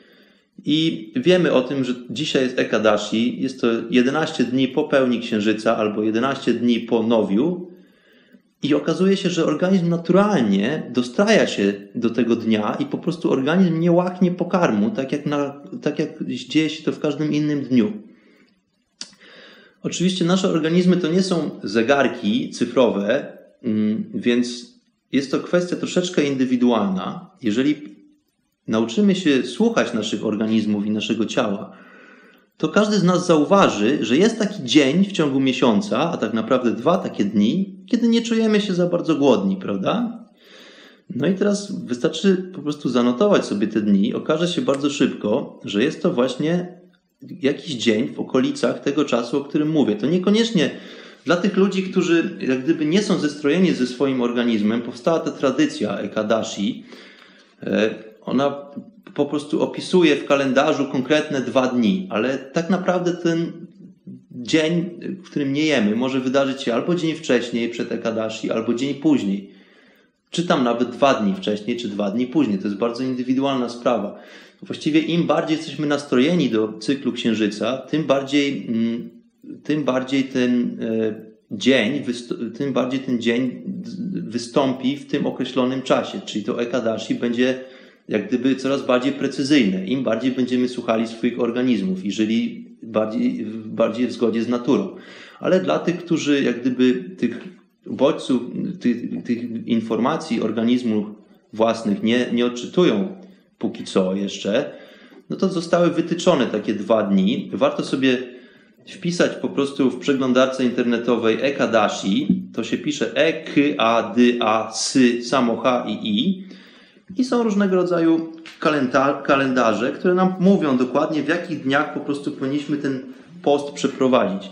i wiemy o tym, że dzisiaj jest Ekadashi, jest to jedenaście dni po pełni księżyca albo jedenaście dni po nowiu i okazuje się, że organizm naturalnie dostraja się do tego dnia i po prostu organizm nie łaknie pokarmu, tak jak, na, tak jak dzieje się to w każdym innym dniu. Oczywiście nasze organizmy to nie są zegarki cyfrowe, więc jest to kwestia troszeczkę indywidualna. Jeżeli nauczymy się słuchać naszych organizmów i naszego ciała, to każdy z nas zauważy, że jest taki dzień w ciągu miesiąca, a tak naprawdę dwa takie dni, kiedy nie czujemy się za bardzo głodni, prawda? No i teraz wystarczy po prostu zanotować sobie te dni. Okaże się bardzo szybko, że jest to właśnie jakiś dzień w okolicach tego czasu, o którym mówię. To niekoniecznie dla tych ludzi, którzy jak gdyby nie są zestrojeni ze swoim organizmem, powstała ta tradycja Ekadashi. Ona po prostu opisuje w kalendarzu konkretne dwa dni, ale tak naprawdę ten dzień, w którym nie jemy, może wydarzyć się albo dzień wcześniej przed Ekadashi, albo dzień później. Czy tam nawet dwa dni wcześniej, czy dwa dni później. To jest bardzo indywidualna sprawa. Właściwie im bardziej jesteśmy nastrojeni do cyklu księżyca, tym bardziej, tym bardziej ten dzień, tym bardziej ten dzień wystąpi w tym określonym czasie. Czyli to Ekadashi będzie jak gdyby coraz bardziej precyzyjne. Im bardziej będziemy słuchali swoich organizmów, jeżeli bardziej, bardziej w zgodzie z naturą. Ale dla tych, którzy jak gdyby tych bodźców, tych, tych informacji organizmów własnych nie, nie odczytują póki co jeszcze, no to zostały wytyczone takie dwa dni. Warto sobie wpisać po prostu w przeglądarce internetowej Ekadashi, to się pisze E, K, A, D, A, S, samo H i I i są różnego rodzaju kalendarze, które nam mówią dokładnie, w jakich dniach po prostu powinniśmy ten post przeprowadzić.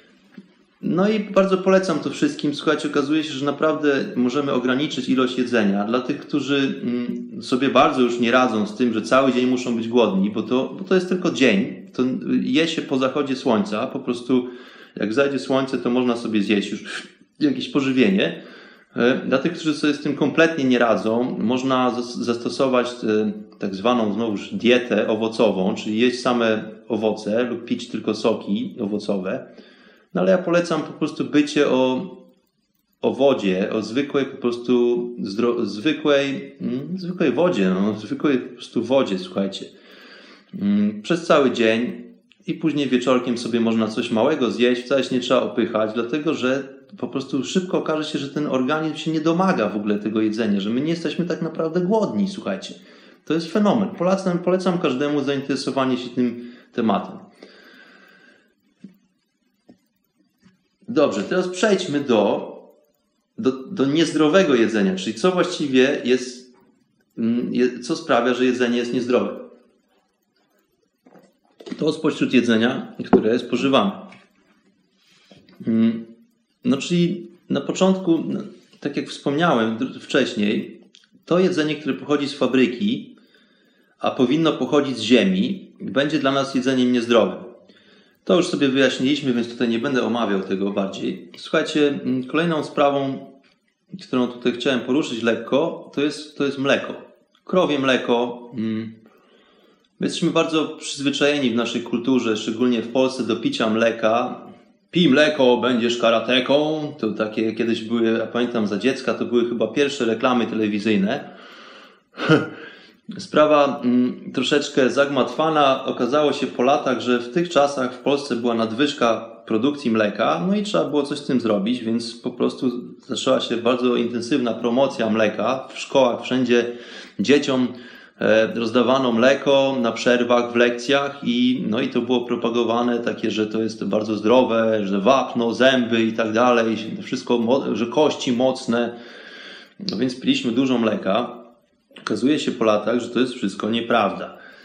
No i bardzo polecam to wszystkim. Słuchajcie, okazuje się, że naprawdę możemy ograniczyć ilość jedzenia. Dla tych, którzy sobie bardzo już nie radzą z tym, że cały dzień muszą być głodni, bo to, bo to jest tylko dzień. To je się po zachodzie słońca. Po prostu jak zajdzie słońce, to można sobie zjeść już jakieś pożywienie. Dla tych, którzy sobie z tym kompletnie nie radzą, można zastosować tak zwaną znowuż dietę owocową, czyli jeść same owoce lub pić tylko soki owocowe. No ale ja polecam po prostu bycie o, o wodzie, o zwykłej po prostu zdro, zwykłej, mm, zwykłej wodzie, no, zwykłej po prostu wodzie, słuchajcie. Mm, przez cały dzień i później wieczorkiem sobie można coś małego zjeść, wcale się nie trzeba opychać, dlatego że po prostu szybko okaże się, że ten organizm się nie domaga w ogóle tego jedzenia, że my nie jesteśmy tak naprawdę głodni, słuchajcie. To jest fenomen. Polecam, polecam każdemu zainteresowanie się tym tematem. Dobrze, teraz przejdźmy do, do, do niezdrowego jedzenia, czyli co właściwie jest, co sprawia, że jedzenie jest niezdrowe. To spośród jedzenia, które spożywamy. No czyli na początku, tak jak wspomniałem wcześniej, to jedzenie, które pochodzi z fabryki, a powinno pochodzić z ziemi, będzie dla nas jedzeniem niezdrowym. To już sobie wyjaśniliśmy, więc tutaj nie będę omawiał tego bardziej. Słuchajcie, kolejną sprawą, którą tutaj chciałem poruszyć lekko, to jest, to jest mleko. Krowie mleko. My jesteśmy bardzo przyzwyczajeni w naszej kulturze, szczególnie w Polsce, do picia mleka. Pij mleko, będziesz karateką. To takie kiedyś były, ja pamiętam za dziecka, to były chyba pierwsze reklamy telewizyjne. Sprawa mm, troszeczkę zagmatwana. Okazało się po latach, że w tych czasach w Polsce była nadwyżka produkcji mleka, no i trzeba było coś z tym zrobić, więc po prostu zaczęła się bardzo intensywna promocja mleka. W szkołach wszędzie dzieciom e, rozdawano mleko na przerwach w lekcjach i, no i to było propagowane takie, że to jest bardzo zdrowe, że wapno, zęby i tak dalej, wszystko, że kości mocne. No więc piliśmy dużo mleka. Okazuje się po latach, że to jest wszystko nieprawda.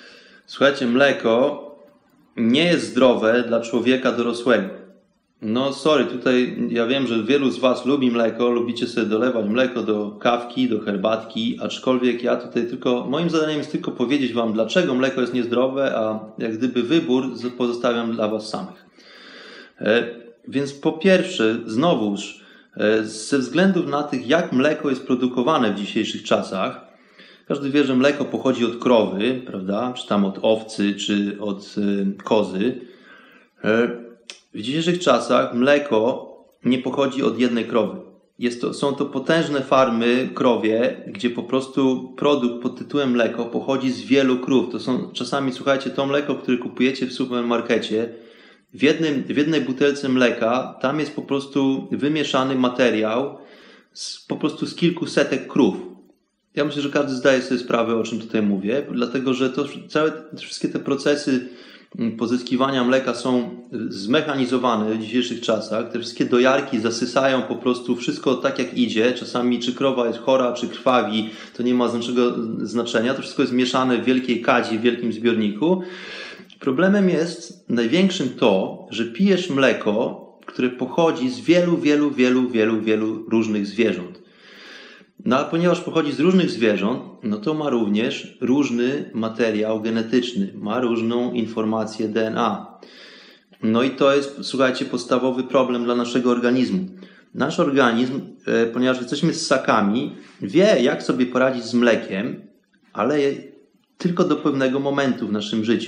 Słuchajcie, mleko nie jest zdrowe dla człowieka dorosłego. No sorry, tutaj ja wiem, że wielu z was lubi mleko, lubicie sobie dolewać mleko do kawki, do herbatki, aczkolwiek ja tutaj tylko, moim zadaniem jest tylko powiedzieć wam, dlaczego mleko jest niezdrowe, a jak gdyby wybór pozostawiam dla was samych. E, więc po pierwsze, znowuż, e, ze względów na tych, jak mleko jest produkowane w dzisiejszych czasach, każdy wie, że mleko pochodzi od krowy, prawda, czy tam od owcy, czy od e, kozy. E, W dzisiejszych czasach mleko nie pochodzi od jednej krowy. Jest to, są to potężne farmy krowie, gdzie po prostu produkt pod tytułem mleko pochodzi z wielu krów. To są czasami, słuchajcie, to mleko, które kupujecie w supermarkecie, w, jednym, w jednej butelce mleka, tam jest po prostu wymieszany materiał z, po prostu z kilku setek krów. Ja myślę, że każdy zdaje sobie sprawę, o czym tutaj mówię, dlatego że to całe, wszystkie te procesy pozyskiwania mleka są zmechanizowane w dzisiejszych czasach. Te wszystkie dojarki zasysają po prostu wszystko tak jak idzie. Czasami czy krowa jest chora, czy krwawi, to nie ma żadnego znaczenia. To wszystko jest mieszane w wielkiej kadzi, w wielkim zbiorniku. Problemem jest największym to, że pijesz mleko, które pochodzi z wielu, wielu, wielu, wielu, wielu różnych zwierząt. No a ponieważ pochodzi z różnych zwierząt, no to ma również różny materiał genetyczny, ma różną informację D N A. No i to jest, słuchajcie, podstawowy problem dla naszego organizmu. Nasz organizm, ponieważ jesteśmy ssakami, wie, jak sobie poradzić z mlekiem, ale tylko do pewnego momentu w naszym życiu.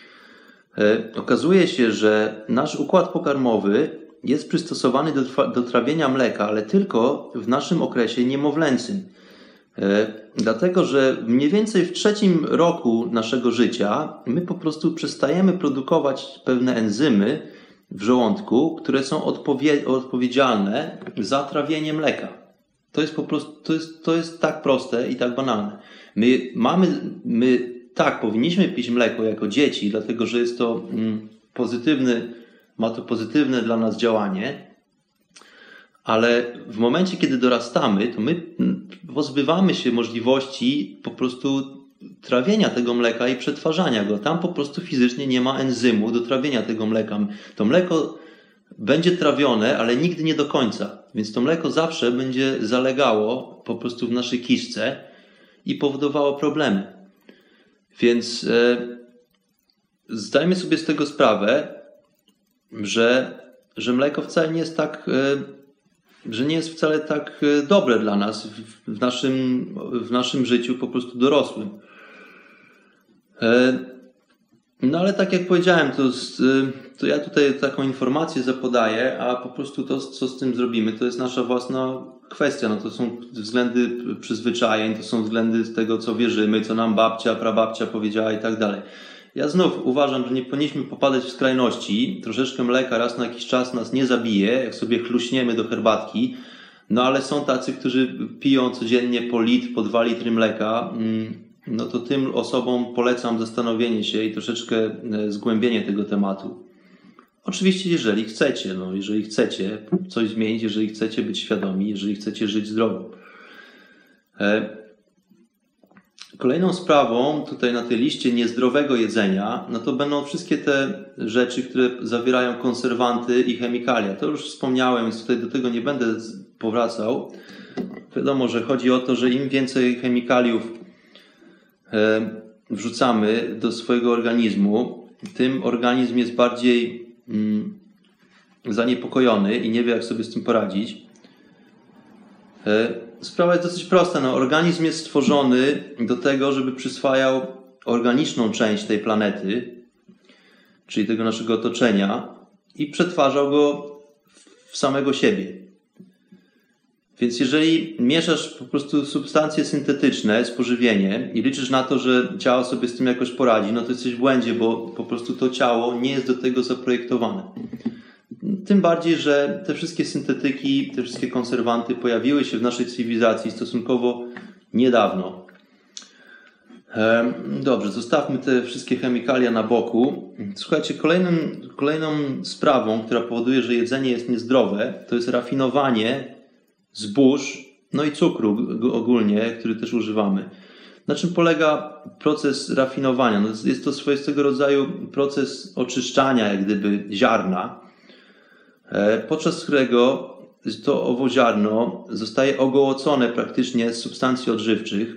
Okazuje się, że nasz układ pokarmowy jest przystosowany do, do trawienia mleka, ale tylko w naszym okresie niemowlęcym. E, dlatego, że mniej więcej w trzecim roku naszego życia my po prostu przestajemy produkować pewne enzymy w żołądku, które są odpowie, odpowiedzialne za trawienie mleka. To jest po prostu, to jest, to jest tak proste i tak banalne. My mamy, my tak, powinniśmy pić mleko jako dzieci, dlatego, że jest to mm, pozytywny Ma to pozytywne dla nas działanie, ale w momencie, kiedy dorastamy, to my pozbywamy się możliwości po prostu trawienia tego mleka i przetwarzania go. Tam po prostu fizycznie nie ma enzymu do trawienia tego mleka. To mleko będzie trawione, ale nigdy nie do końca. Więc to mleko zawsze będzie zalegało po prostu w naszej kiszce i powodowało problemy. Więc e, zdajmy sobie z tego sprawę, Że, że mleko wcale nie jest tak, że nie jest wcale tak dobre dla nas w, w, naszym, w naszym życiu po prostu dorosłym. No ale tak jak powiedziałem, to, to ja tutaj taką informację zapodaję, a po prostu to, co z tym zrobimy, to jest nasza własna kwestia. No to są względy przyzwyczajeń, to są względy tego, co wierzymy, co nam babcia, prababcia powiedziała i tak dalej. Ja znów uważam, że nie powinniśmy popadać w skrajności. Troszeczkę mleka raz na jakiś czas nas nie zabije, jak sobie chluśniemy do herbatki. No ale są tacy, którzy piją codziennie po litr, po dwa litry mleka. No to tym osobom polecam zastanowienie się i troszeczkę zgłębienie tego tematu. Oczywiście jeżeli chcecie, no jeżeli chcecie coś zmienić, jeżeli chcecie być świadomi, jeżeli chcecie żyć zdrowo. Kolejną sprawą tutaj na tej liście niezdrowego jedzenia, no to będą wszystkie te rzeczy, które zawierają konserwanty i chemikalia. To już wspomniałem, więc tutaj do tego nie będę powracał. Wiadomo, że chodzi o to, że im więcej chemikaliów wrzucamy do swojego organizmu, tym organizm jest bardziej mm, zaniepokojony i nie wie, jak sobie z tym poradzić. Sprawa jest dosyć prosta. No, organizm jest stworzony do tego, żeby przyswajał organiczną część tej planety, czyli tego naszego otoczenia, i przetwarzał go w samego siebie. Więc jeżeli mieszasz po prostu substancje syntetyczne z pożywieniem i liczysz na to, że ciało sobie z tym jakoś poradzi, no to jesteś w błędzie, bo po prostu to ciało nie jest do tego zaprojektowane. Tym bardziej, że te wszystkie syntetyki, te wszystkie konserwanty pojawiły się w naszej cywilizacji stosunkowo niedawno. Dobrze, zostawmy te wszystkie chemikalia na boku. Słuchajcie, kolejnym, kolejną sprawą, która powoduje, że jedzenie jest niezdrowe, to jest rafinowanie zbóż, no i cukru ogólnie, który też używamy. Na czym polega proces rafinowania? No jest to swoistego rodzaju proces oczyszczania jak gdyby ziarna, podczas którego to owo ziarno zostaje ogołocone praktycznie z substancji odżywczych,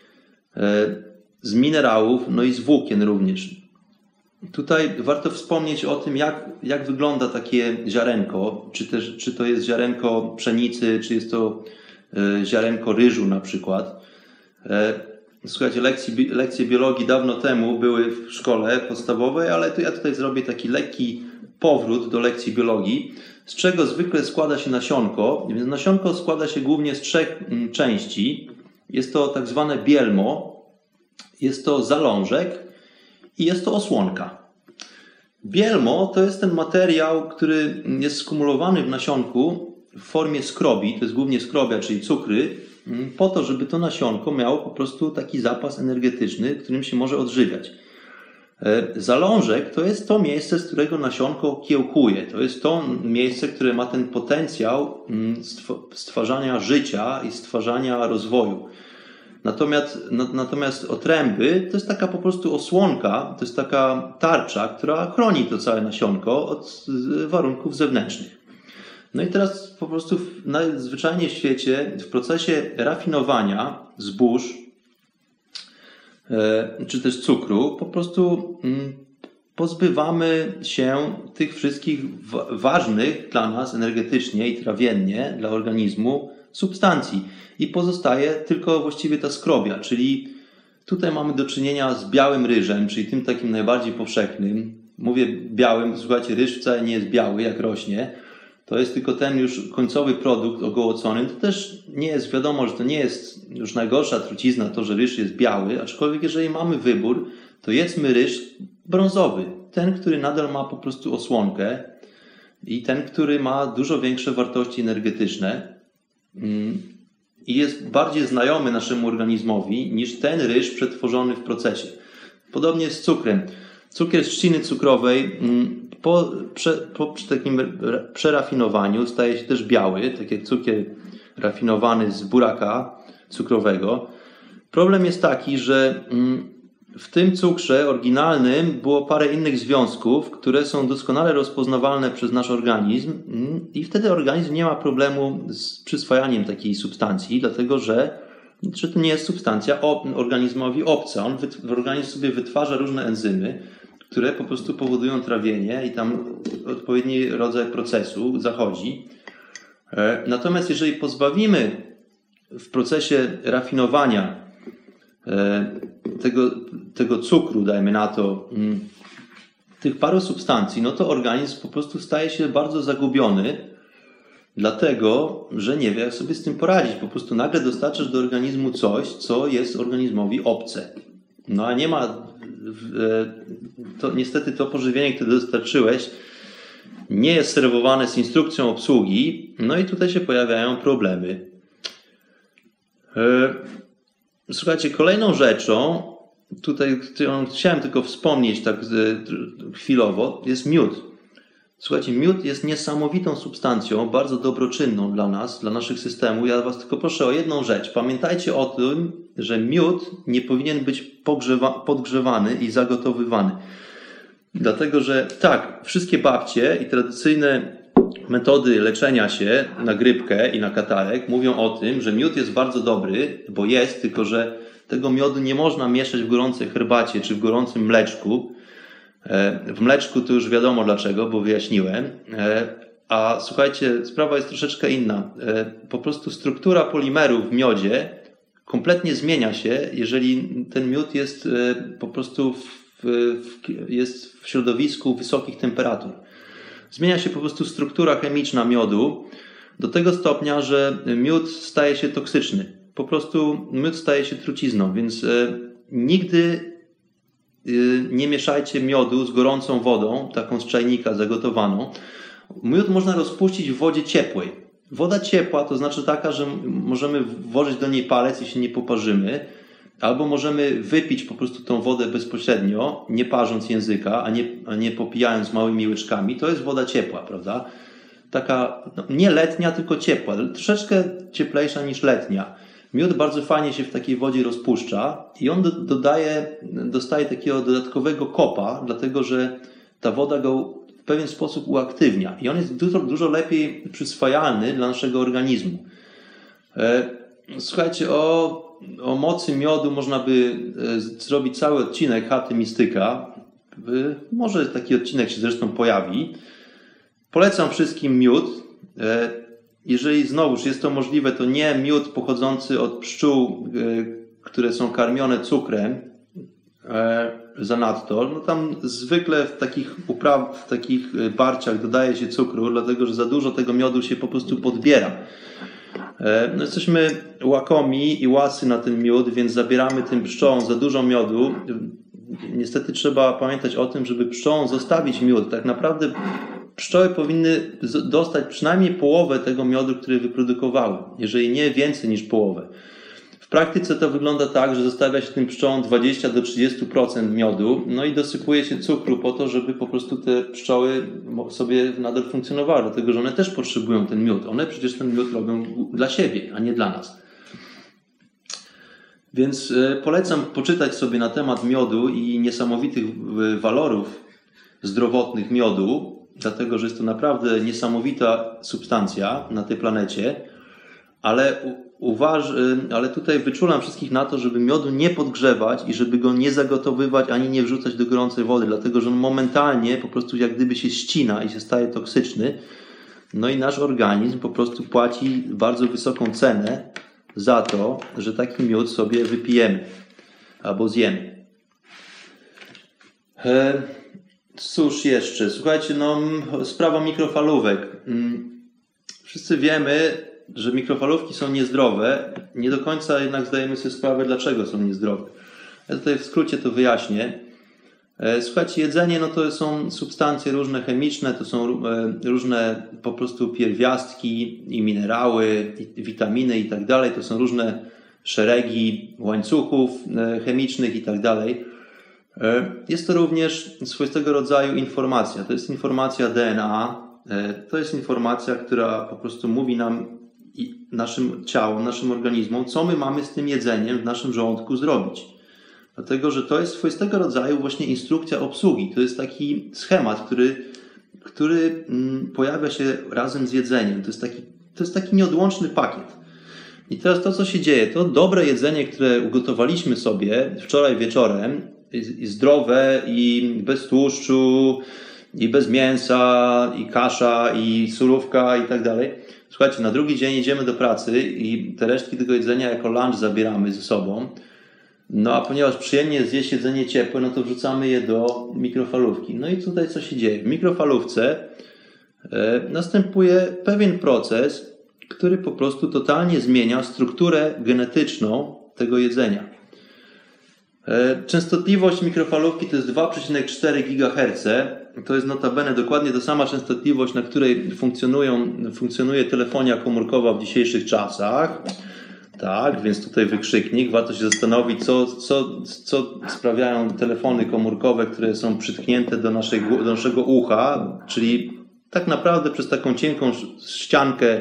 z minerałów, no i z włókien również. Tutaj warto wspomnieć o tym, jak, jak wygląda takie ziarenko, czy, też, czy to jest ziarenko pszenicy, czy jest to ziarenko ryżu na przykład. Słuchajcie, lekcji, lekcje biologii dawno temu były w szkole podstawowej, ale to ja tutaj zrobię taki lekki powrót do lekcji biologii, z czego zwykle składa się nasionko. Więc nasionko składa się głównie z trzech części. Jest to tak zwane bielmo, jest to zalążek i jest to osłonka. Bielmo to jest ten materiał, który jest skumulowany w nasionku w formie skrobi, to jest głównie skrobia, czyli cukry, po to, żeby to nasionko miało po prostu taki zapas energetyczny, którym się może odżywiać. Zalążek to jest to miejsce, z którego nasionko kiełkuje. To jest to miejsce, które ma ten potencjał stwarzania życia i stwarzania rozwoju. Natomiast, natomiast otręby to jest taka po prostu osłonka, to jest taka tarcza, która chroni to całe nasionko od warunków zewnętrznych. No i teraz po prostu w, najzwyczajniej w świecie w procesie rafinowania zbóż e, czy też cukru po prostu mm, pozbywamy się tych wszystkich wa- ważnych dla nas energetycznie i trawiennie dla organizmu substancji i pozostaje tylko właściwie ta skrobia, czyli tutaj mamy do czynienia z białym ryżem, czyli tym takim najbardziej powszechnym. Mówię białym, słuchajcie, ryż wcale nie jest biały jak rośnie. To jest tylko ten już końcowy produkt ogołocony. To też nie jest wiadomo, że to nie jest już najgorsza trucizna to, że ryż jest biały, aczkolwiek jeżeli mamy wybór, to jedzmy ryż brązowy. Ten, który nadal ma po prostu osłonkę i ten, który ma dużo większe wartości energetyczne i jest bardziej znajomy naszemu organizmowi niż ten ryż przetworzony w procesie. Podobnie z cukrem. Cukier z trzciny cukrowej po, prze, po takim przerafinowaniu staje się też biały, tak jak cukier rafinowany z buraka cukrowego. Problem jest taki, że w tym cukrze oryginalnym było parę innych związków, które są doskonale rozpoznawalne przez nasz organizm i wtedy organizm nie ma problemu z przyswajaniem takiej substancji, dlatego że, że to nie jest substancja organizmowi obca. On, organizm sobie wytwarza różne enzymy, które po prostu powodują trawienie i tam odpowiedni rodzaj procesu zachodzi. Natomiast jeżeli pozbawimy w procesie rafinowania tego, tego cukru, dajmy na to, tych paru substancji, no to organizm po prostu staje się bardzo zagubiony, dlatego, że nie wie, jak sobie z tym poradzić. Po prostu nagle dostarczasz do organizmu coś, co jest organizmowi obce. No a nie ma, to niestety to pożywienie, które dostarczyłeś, nie jest serwowane z instrukcją obsługi, no i tutaj się pojawiają problemy. Słuchajcie, kolejną rzeczą, tutaj którą chciałem tylko wspomnieć tak chwilowo, jest miód. Słuchajcie, miód jest niesamowitą substancją, bardzo dobroczynną dla nas, dla naszych systemów. Ja was tylko proszę o jedną rzecz. Pamiętajcie o tym, że miód nie powinien być pogrzewa- podgrzewany i zagotowywany. Dlatego, że tak, wszystkie babcie i tradycyjne metody leczenia się na grypkę i na katarek mówią o tym, że miód jest bardzo dobry, bo jest, tylko że tego miodu nie można mieszać w gorącej herbacie czy w gorącym mleczku. W mleczku to już wiadomo dlaczego, bo wyjaśniłem. A słuchajcie, sprawa jest troszeczkę inna. Po prostu struktura polimerów w miodzie kompletnie zmienia się, jeżeli ten miód jest po prostu w, w, jest w środowisku wysokich temperatur. Zmienia się po prostu struktura chemiczna miodu do tego stopnia, że miód staje się toksyczny. Po prostu miód staje się trucizną, więc nigdy nie mieszajcie miodu z gorącą wodą, taką z czajnika zagotowaną. Miód można rozpuścić w wodzie ciepłej. Woda ciepła to znaczy taka, że możemy włożyć do niej palec i się nie poparzymy, albo możemy wypić po prostu tą wodę bezpośrednio, nie parząc języka, a nie, a nie popijając małymi łyczkami. To jest woda ciepła, prawda? Taka no, nie letnia, tylko ciepła, troszeczkę cieplejsza niż letnia. Miód bardzo fajnie się w takiej wodzie rozpuszcza i on do, dodaje, dostaje takiego dodatkowego kopa, dlatego że ta woda go w pewien sposób uaktywnia i on jest dużo, dużo lepiej przyswajalny dla naszego organizmu. Słuchajcie, o, o mocy miodu można by zrobić cały odcinek Chaty Mistyka. Może taki odcinek się zresztą pojawi. Polecam wszystkim miód. Jeżeli znowuż jest to możliwe, to nie miód pochodzący od pszczół, które są karmione cukrem zanadto. No tam zwykle w takich upraw, w takich barciach dodaje się cukru, dlatego że za dużo tego miodu się po prostu podbiera. No jesteśmy łakomi i łasy na ten miód, więc zabieramy tym pszczołom za dużo miodu. Niestety trzeba pamiętać o tym, żeby pszczołom zostawić miód. Tak naprawdę pszczoły powinny dostać przynajmniej połowę tego miodu, który wyprodukowały, jeżeli nie więcej niż połowę. W praktyce to wygląda tak, że zostawia się tym pszczołom dwadzieścia do trzydziestu procent miodu, no i dosypuje się cukru po to, żeby po prostu te pszczoły sobie nadal funkcjonowały, dlatego że one też potrzebują ten miód. One przecież ten miód robią dla siebie, a nie dla nas. Więc polecam poczytać sobie na temat miodu i niesamowitych walorów zdrowotnych miodu, dlatego że jest to naprawdę niesamowita substancja na tej planecie, ale, uważ, ale tutaj wyczulam wszystkich na to, żeby miodu nie podgrzewać i żeby go nie zagotowywać ani nie wrzucać do gorącej wody, dlatego że on momentalnie po prostu jak gdyby się ścina i się staje toksyczny, no i nasz organizm po prostu płaci bardzo wysoką cenę za to, że taki miód sobie wypijemy albo zjemy. E, cóż jeszcze? Słuchajcie, no sprawa mikrofalówek. Wszyscy wiemy, że mikrofalówki są niezdrowe. Nie do końca jednak zdajemy sobie sprawę, dlaczego są niezdrowe. Ja tutaj w skrócie to wyjaśnię. Słuchajcie, jedzenie no to są substancje różne chemiczne, to są różne po prostu pierwiastki i minerały, i witaminy i tak dalej. To są różne szeregi łańcuchów chemicznych i tak dalej. Jest to również swoistego rodzaju informacja. To jest informacja D N A. To jest informacja, która po prostu mówi nam i naszym ciałom, naszym organizmom, co my mamy z tym jedzeniem w naszym żołądku zrobić. Dlatego, że to jest swoistego rodzaju właśnie instrukcja obsługi. To jest taki schemat, który, który pojawia się razem z jedzeniem. To jest taki, to jest taki nieodłączny pakiet. I teraz to, co się dzieje, to dobre jedzenie, które ugotowaliśmy sobie wczoraj wieczorem, i zdrowe i bez tłuszczu, i bez mięsa, i kasza, i surówka i tak dalej. Słuchajcie, na drugi dzień jedziemy do pracy i te resztki tego jedzenia jako lunch zabieramy ze sobą. No a ponieważ przyjemnie jest zjeść jedzenie ciepłe, no to wrzucamy je do mikrofalówki. No i tutaj co się dzieje? W mikrofalówce e, następuje pewien proces, który po prostu totalnie zmienia strukturę genetyczną tego jedzenia. E, częstotliwość mikrofalówki to jest dwa przecinek cztery gigaherca. To jest notabene dokładnie ta sama częstotliwość, na której funkcjonują, funkcjonuje telefonia komórkowa w dzisiejszych czasach. Tak, więc tutaj wykrzyknik. Warto się zastanowić, co, co, co sprawiają telefony komórkowe, które są przytknięte do, naszej, do naszego ucha, czyli tak naprawdę przez taką cienką ściankę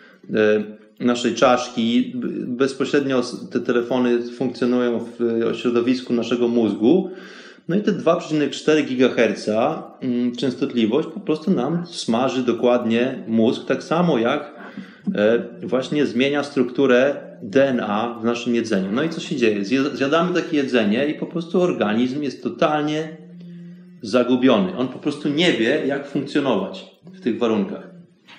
naszej czaszki bezpośrednio te telefony funkcjonują w środowisku naszego mózgu. No i te dwa przecinek cztery gigaherca częstotliwość po prostu nam smaży dokładnie mózg, tak samo jak właśnie zmienia strukturę D N A w naszym jedzeniu. No i co się dzieje? Zjadamy takie jedzenie i po prostu organizm jest totalnie zagubiony. On po prostu nie wie, jak funkcjonować w tych warunkach.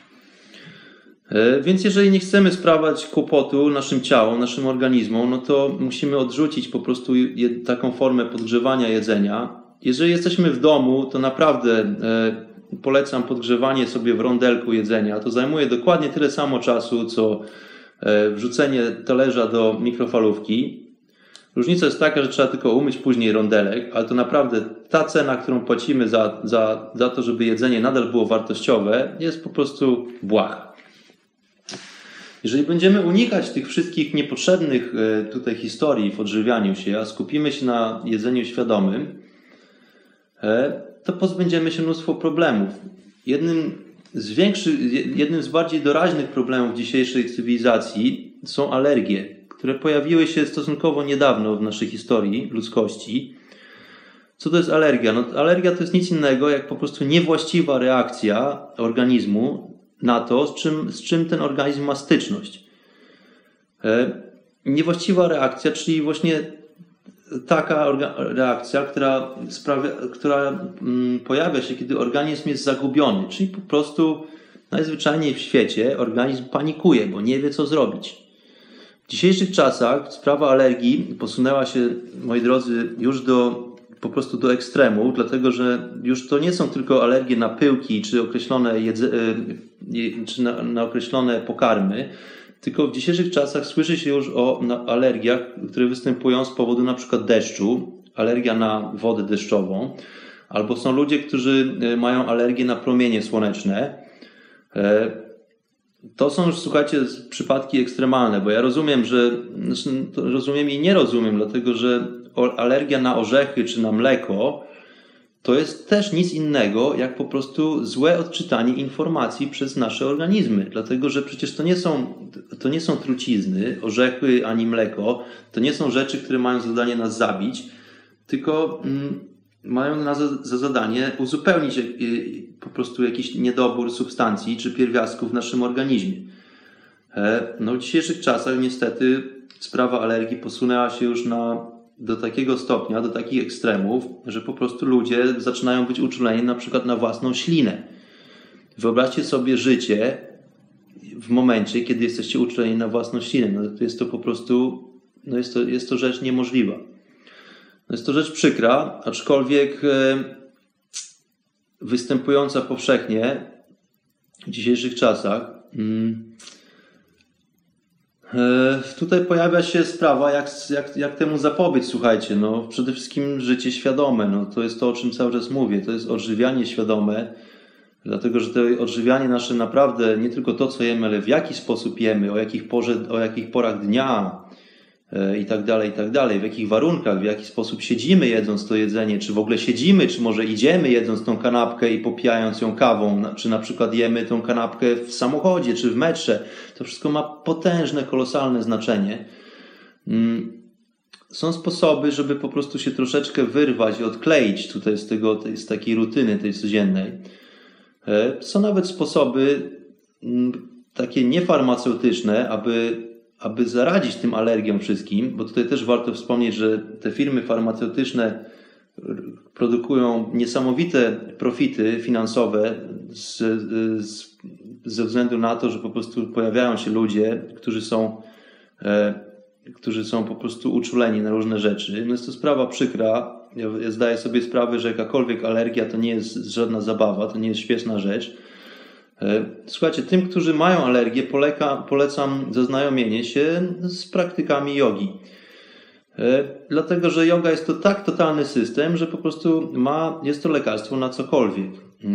Więc jeżeli nie chcemy sprawiać kłopotu naszym ciałom, naszym organizmom, no to musimy odrzucić po prostu taką formę podgrzewania jedzenia. Jeżeli jesteśmy w domu, to naprawdę polecam podgrzewanie sobie w rondelku jedzenia. To zajmuje dokładnie tyle samo czasu, co wrzucenie talerza do mikrofalówki. Różnica jest taka, że trzeba tylko umyć później rondelek, ale to naprawdę ta cena, którą płacimy za, za, za to, żeby jedzenie nadal było wartościowe, jest po prostu błaha. Jeżeli będziemy unikać tych wszystkich niepotrzebnych tutaj historii w odżywianiu się, a skupimy się na jedzeniu świadomym, to pozbędziemy się mnóstwo problemów. Jednym z większych, jednym z bardziej doraźnych problemów dzisiejszej cywilizacji są alergie, które pojawiły się stosunkowo niedawno w naszej historii ludzkości. Co to jest alergia? No, alergia to jest nic innego jak po prostu niewłaściwa reakcja organizmu na to, z czym, z czym ten organizm ma styczność. E, niewłaściwa reakcja, czyli właśnie taka reakcja, która, sprawia, która mm, pojawia się, kiedy organizm jest zagubiony, czyli po prostu najzwyczajniej w świecie organizm panikuje, bo nie wie, co zrobić. W dzisiejszych czasach sprawa alergii posunęła się, moi drodzy, już do, po prostu do ekstremu, dlatego że już to nie są tylko alergie na pyłki czy określone, jedze, czy na, na określone pokarmy, tylko w dzisiejszych czasach słyszy się już o alergiach, które występują z powodu na przykład deszczu, alergia na wodę deszczową, albo są ludzie, którzy mają alergię na promienie słoneczne. To są już, słuchajcie, przypadki ekstremalne, bo ja rozumiem, że znaczy, rozumiem i nie rozumiem, dlatego że alergia na orzechy czy na mleko to jest też nic innego, jak po prostu złe odczytanie informacji przez nasze organizmy. Dlatego, że przecież to nie są, to nie są trucizny, orzechy ani mleko, to nie są rzeczy, które mają zadanie nas zabić, tylko mm, mają nas za, za zadanie uzupełnić y, y, po prostu jakiś niedobór substancji czy pierwiastków w naszym organizmie. E, no w dzisiejszych czasach niestety sprawa alergii posunęła się już na do takiego stopnia, do takich ekstremów, że po prostu ludzie zaczynają być uczuleni na przykład na własną ślinę. Wyobraźcie sobie życie w momencie, kiedy jesteście uczuleni na własną ślinę. No to jest to po prostu, no jest to, jest to rzecz niemożliwa. No jest to rzecz przykra, aczkolwiek występująca powszechnie w dzisiejszych czasach. Hmm. Tutaj pojawia się sprawa, jak, jak, jak temu zapobiec, słuchajcie, no przede wszystkim życie świadome, no to jest to, o czym cały czas mówię, to jest odżywianie świadome, dlatego, że to odżywianie nasze naprawdę, nie tylko to, co jemy, ale w jaki sposób jemy, o jakich, porze, o jakich porach dnia e, i tak dalej, i tak dalej, w jakich warunkach, w jaki sposób siedzimy jedząc to jedzenie, czy w ogóle siedzimy, czy może idziemy jedząc tą kanapkę i popijając ją kawą, czy na przykład jemy tą kanapkę w samochodzie, czy w metrze. To wszystko ma potężne, kolosalne znaczenie. Są sposoby, żeby po prostu się troszeczkę wyrwać i odkleić tutaj z, tego, z takiej rutyny, tej codziennej. Są nawet sposoby takie niefarmaceutyczne, aby, aby zaradzić tym alergiom wszystkim, bo tutaj też warto wspomnieć, że te firmy farmaceutyczne produkują niesamowite profity finansowe z, z, ze względu na to, że po prostu pojawiają się ludzie, którzy są, e, którzy są po prostu uczuleni na różne rzeczy. No jest to sprawa przykra. Ja, ja zdaję sobie sprawę, że jakakolwiek alergia to nie jest żadna zabawa, to nie jest śmieszna rzecz. E, słuchajcie, tym, którzy mają alergię, poleka, polecam zaznajomienie się z praktykami jogi. Dlatego, że joga jest to tak totalny system, że po prostu ma, jest to lekarstwo na cokolwiek.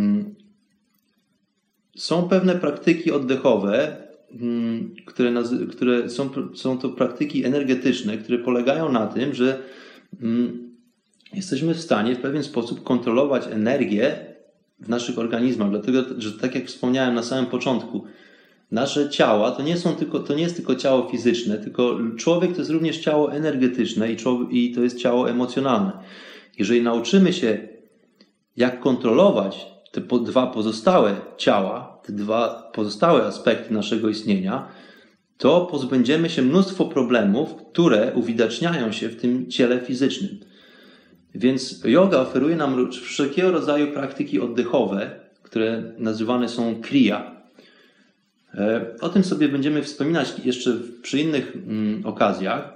Są pewne praktyki oddechowe, które, nazy- które są, są to praktyki energetyczne, które polegają na tym, że jesteśmy w stanie w pewien sposób kontrolować energię w naszych organizmach. Dlatego, że tak jak wspomniałem na samym początku, nasze ciała to nie, są tylko, to nie jest tylko ciało fizyczne, tylko człowiek to jest również ciało energetyczne i, człowiek, i to jest ciało emocjonalne. Jeżeli nauczymy się, jak kontrolować te po, dwa pozostałe ciała, te dwa pozostałe aspekty naszego istnienia, to pozbędziemy się mnóstwo problemów, które uwidaczniają się w tym ciele fizycznym. Więc yoga oferuje nam wszelkiego rodzaju praktyki oddechowe, które nazywane są kriya. O tym sobie będziemy wspominać jeszcze przy innych mm, okazjach.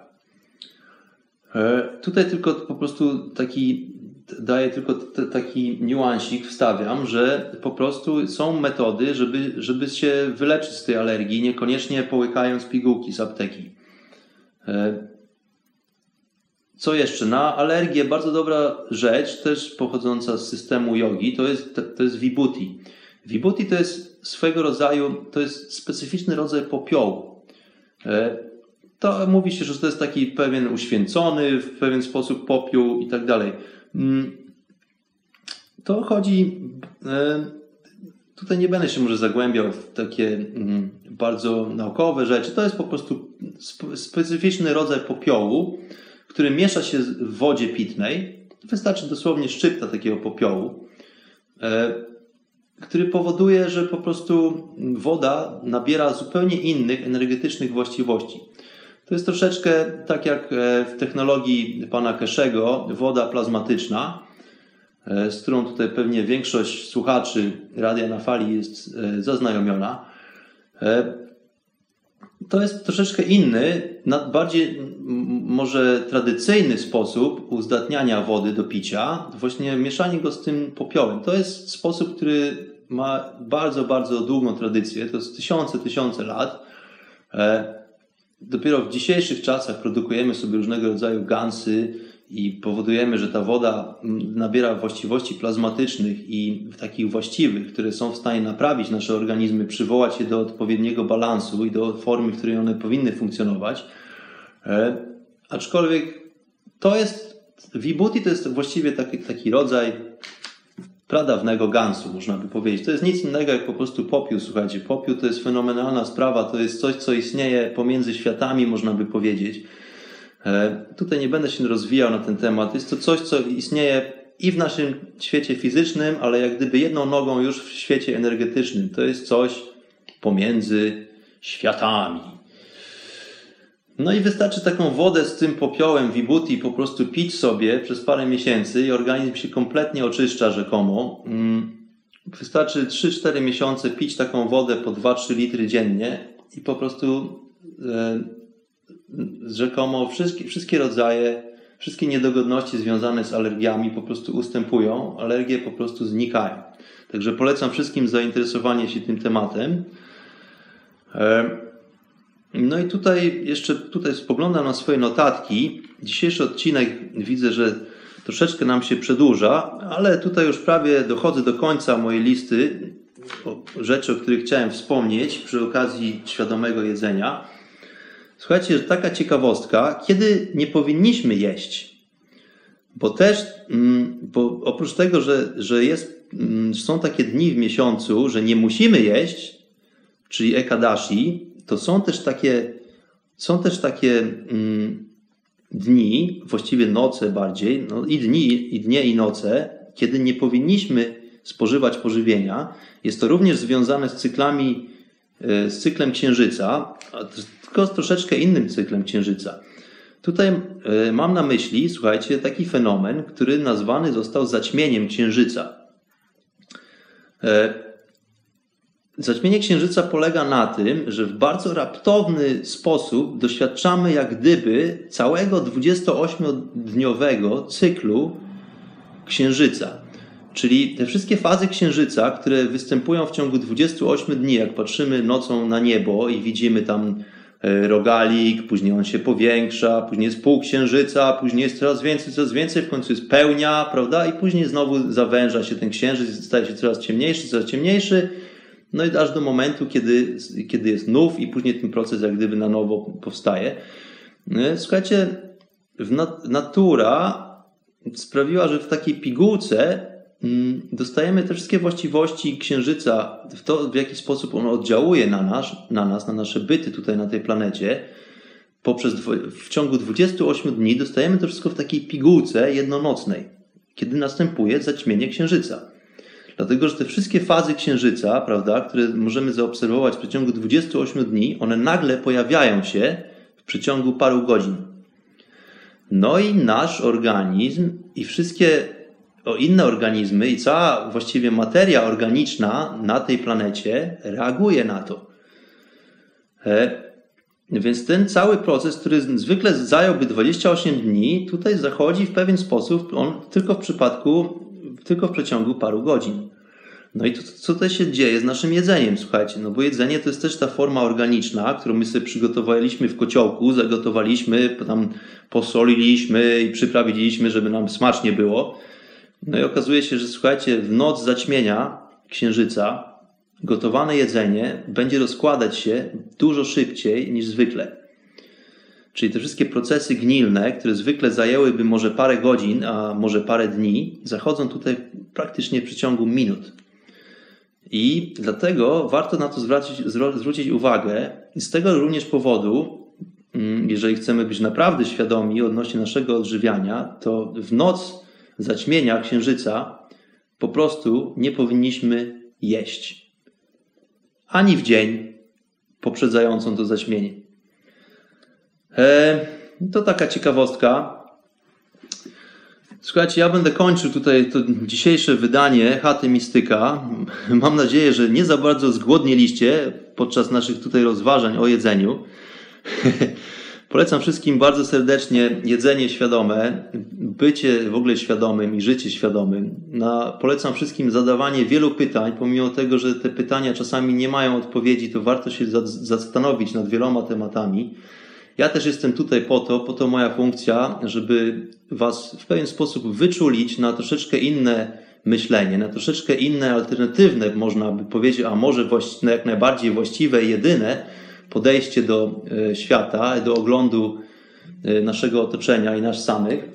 Tutaj tylko po prostu taki, daję tylko t- taki niuansik, wstawiam, że po prostu są metody, żeby, żeby się wyleczyć z tej alergii, niekoniecznie połykając pigułki z apteki. Co jeszcze? Na alergię bardzo dobra rzecz, też pochodząca z systemu jogi, to jest, to jest vibhuti. Vibhuti to jest swego rodzaju, to jest specyficzny rodzaj popiołu. To mówi się, że to jest taki pewien uświęcony, w pewien sposób popiół i tak dalej. To chodzi, tutaj nie będę się może zagłębiał w takie bardzo naukowe rzeczy, to jest po prostu specyficzny rodzaj popiołu, który miesza się w wodzie pitnej. Wystarczy dosłownie szczypta takiego popiołu, który powoduje, że po prostu woda nabiera zupełnie innych energetycznych właściwości. To jest troszeczkę tak jak w technologii pana Keszego, woda plazmatyczna, z którą tutaj pewnie większość słuchaczy Radia na Fali jest zaznajomiona. To jest troszeczkę inny, bardziej może tradycyjny sposób uzdatniania wody do picia, właśnie mieszanie go z tym popiołem. To jest sposób, który ma bardzo, bardzo długą tradycję, to jest tysiące, tysiące lat. Dopiero w dzisiejszych czasach produkujemy sobie różnego rodzaju gansy i powodujemy, że ta woda nabiera właściwości plazmatycznych i takich właściwych, które są w stanie naprawić nasze organizmy, przywołać je do odpowiedniego balansu i do formy, w której one powinny funkcjonować. E, aczkolwiek to jest, Vibhuti to jest właściwie taki, taki rodzaj pradawnego gansu, można by powiedzieć. To jest nic innego jak po prostu popiół, słuchajcie. Popiół to jest fenomenalna sprawa, to jest coś, co istnieje pomiędzy światami, można by powiedzieć. Tutaj nie będę się rozwijał na ten temat. Jest to coś, co istnieje i w naszym świecie fizycznym, ale jak gdyby jedną nogą już w świecie energetycznym. To jest coś pomiędzy światami. No i wystarczy taką wodę z tym popiołem Vibhuti po prostu pić sobie przez parę miesięcy i organizm się kompletnie oczyszcza rzekomo. Wystarczy trzy cztery miesiące pić taką wodę po dwa trzy litry dziennie i po prostu rzekomo wszystkie, wszystkie rodzaje, wszystkie niedogodności związane z alergiami po prostu ustępują, alergie po prostu znikają. Także polecam wszystkim zainteresowanie się tym tematem. No i tutaj jeszcze tutaj spoglądam na swoje notatki. Dzisiejszy odcinek widzę, że troszeczkę nam się przedłuża, ale tutaj już prawie dochodzę do końca mojej listy rzeczy, o których chciałem wspomnieć przy okazji świadomego jedzenia. Słuchajcie, taka ciekawostka, kiedy nie powinniśmy jeść, bo też, bo oprócz tego, że, że jest, są takie dni w miesiącu, że nie musimy jeść, czyli ekadashi, to są też takie, są też takie mm, dni, właściwie noce bardziej, no i dni, i dnie i noce, kiedy nie powinniśmy spożywać pożywienia. Jest to również związane z cyklami, z cyklem księżyca, tylko z troszeczkę innym cyklem księżyca. Tutaj mam na myśli, słuchajcie, taki fenomen, który nazwany został zaćmieniem księżyca. Zaćmienie księżyca polega na tym, że w bardzo raptowny sposób doświadczamy jak gdyby całego dwudziestoośmiodniowego cyklu księżyca. Czyli te wszystkie fazy księżyca, które występują w ciągu dwudziestu ośmiu dni, jak patrzymy nocą na niebo i widzimy tam rogalik, później on się powiększa, później jest pół księżyca, później jest coraz więcej, coraz więcej, w końcu jest pełnia, prawda? I później znowu zawęża się ten księżyc, staje się coraz ciemniejszy, coraz ciemniejszy. No i aż do momentu, kiedy, kiedy jest nów i później ten proces jak gdyby na nowo powstaje. Słuchajcie, natura sprawiła, że w takiej pigułce dostajemy te wszystkie właściwości księżyca, w to, w jaki sposób on oddziałuje na nas, na nas, na nasze byty tutaj na tej planecie. Poprzez, w ciągu dwudziestu ośmiu dni dostajemy to wszystko w takiej pigułce jednonocnej, kiedy następuje zaćmienie księżyca. Dlatego, że te wszystkie fazy księżyca, prawda, które możemy zaobserwować w przeciągu dwudziestu ośmiu dni, one nagle pojawiają się w przeciągu paru godzin. No i nasz organizm i wszystkie o inne organizmy i cała właściwie materia organiczna na tej planecie reaguje na to. E, więc ten cały proces, który zwykle zająłby dwadzieścia osiem dni, tutaj zachodzi w pewien sposób, on tylko w przypadku, tylko w przeciągu paru godzin. No i to, co tutaj się dzieje z naszym jedzeniem, słuchajcie, no bo jedzenie to jest też ta forma organiczna, którą my sobie przygotowaliśmy w kociołku, zagotowaliśmy, tam posoliliśmy i przyprawiliśmy, żeby nam smacznie było. No i okazuje się, że słuchajcie, w noc zaćmienia księżyca gotowane jedzenie będzie rozkładać się dużo szybciej niż zwykle. Czyli te wszystkie procesy gnilne, które zwykle zajęłyby może parę godzin, a może parę dni, zachodzą tutaj praktycznie w przeciągu minut. I dlatego warto na to zwrócić, zwrócić uwagę. I z tego również powodu jeżeli chcemy być naprawdę świadomi odnośnie naszego odżywiania, to w noc zaćmienia księżyca po prostu nie powinniśmy jeść. Ani w dzień poprzedzającą to zaćmienie. E, to taka ciekawostka. Słuchajcie, ja będę kończył tutaj to dzisiejsze wydanie Chaty Mistyka. Mam nadzieję, że nie za bardzo zgłodnieliście podczas naszych tutaj rozważań o jedzeniu. Polecam wszystkim bardzo serdecznie jedzenie świadome, bycie w ogóle świadomym i życie świadomym. Na, polecam wszystkim zadawanie wielu pytań, pomimo tego, że te pytania czasami nie mają odpowiedzi, to warto się zastanowić nad wieloma tematami. Ja też jestem tutaj po to, po to moja funkcja, żeby was w pewien sposób wyczulić na troszeczkę inne myślenie, na troszeczkę inne, alternatywne, można by powiedzieć, a może właści- jak najbardziej właściwe i jedyne podejście do e, świata, do oglądu e, naszego otoczenia i nas samych.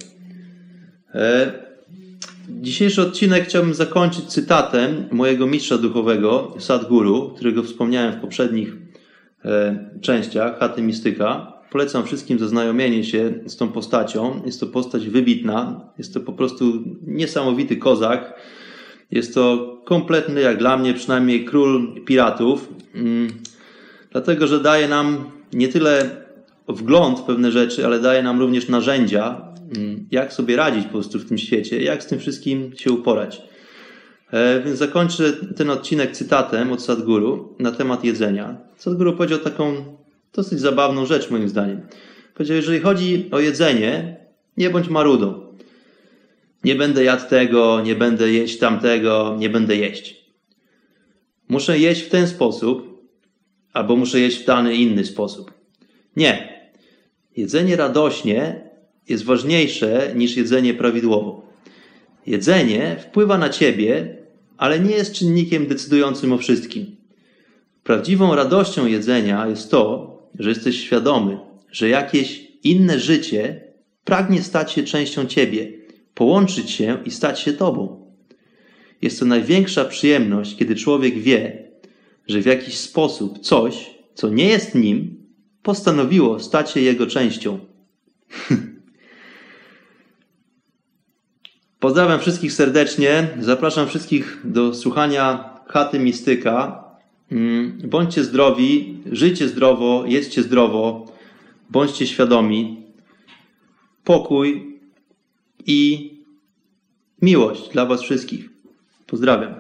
E, dzisiejszy odcinek chciałbym zakończyć cytatem mojego mistrza duchowego, Sadhguru, którego wspomniałem w poprzednich e, częściach Chaty Mistyka. Polecam wszystkim zaznajomienie się z tą postacią. Jest to postać wybitna. Jest to po prostu niesamowity kozak. Jest to kompletny, jak dla mnie przynajmniej, król piratów. Dlatego, że daje nam nie tyle wgląd w pewne rzeczy, ale daje nam również narzędzia, jak sobie radzić po prostu w tym świecie, jak z tym wszystkim się uporać. Więc zakończę ten odcinek cytatem od Sadhguru na temat jedzenia. Sadhguru powiedział taką dosyć zabawną rzecz, moim zdaniem. Powiedział, jeżeli chodzi o jedzenie, nie bądź marudą. Nie będę jadł tego, nie będę jeść tamtego, nie będę jeść. Muszę jeść w ten sposób, albo muszę jeść w dany inny sposób. Nie. Jedzenie radośnie jest ważniejsze niż jedzenie prawidłowo. Jedzenie wpływa na ciebie, ale nie jest czynnikiem decydującym o wszystkim. Prawdziwą radością jedzenia jest to, że jesteś świadomy, że jakieś inne życie pragnie stać się częścią ciebie, połączyć się i stać się tobą. Jest to największa przyjemność, kiedy człowiek wie, że w jakiś sposób coś, co nie jest nim, postanowiło stać się jego częścią. Pozdrawiam wszystkich serdecznie. Zapraszam wszystkich do słuchania Chaty Mistyka. Bądźcie zdrowi, żyjcie zdrowo, jedzcie zdrowo, bądźcie świadomi. Pokój i miłość dla was wszystkich. Pozdrawiam.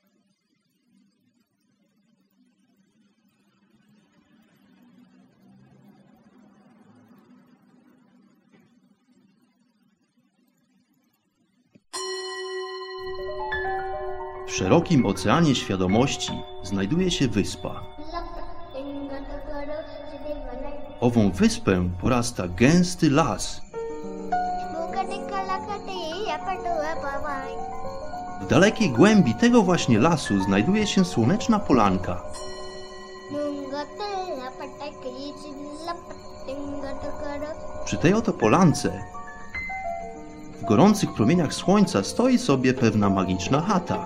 W szerokim oceanie świadomości znajduje się wyspa. Ową wyspę porasta gęsty las. W dalekiej głębi tego właśnie lasu znajduje się słoneczna polanka. Przy tej oto polance w gorących promieniach słońca stoi sobie pewna magiczna chata.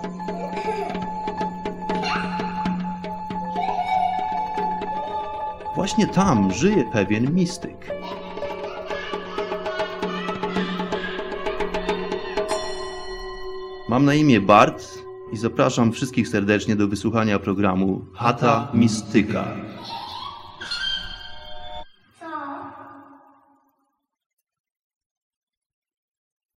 Właśnie tam żyje pewien mistyk. Mam na imię Bart i zapraszam wszystkich serdecznie do wysłuchania programu Chata Mistyka.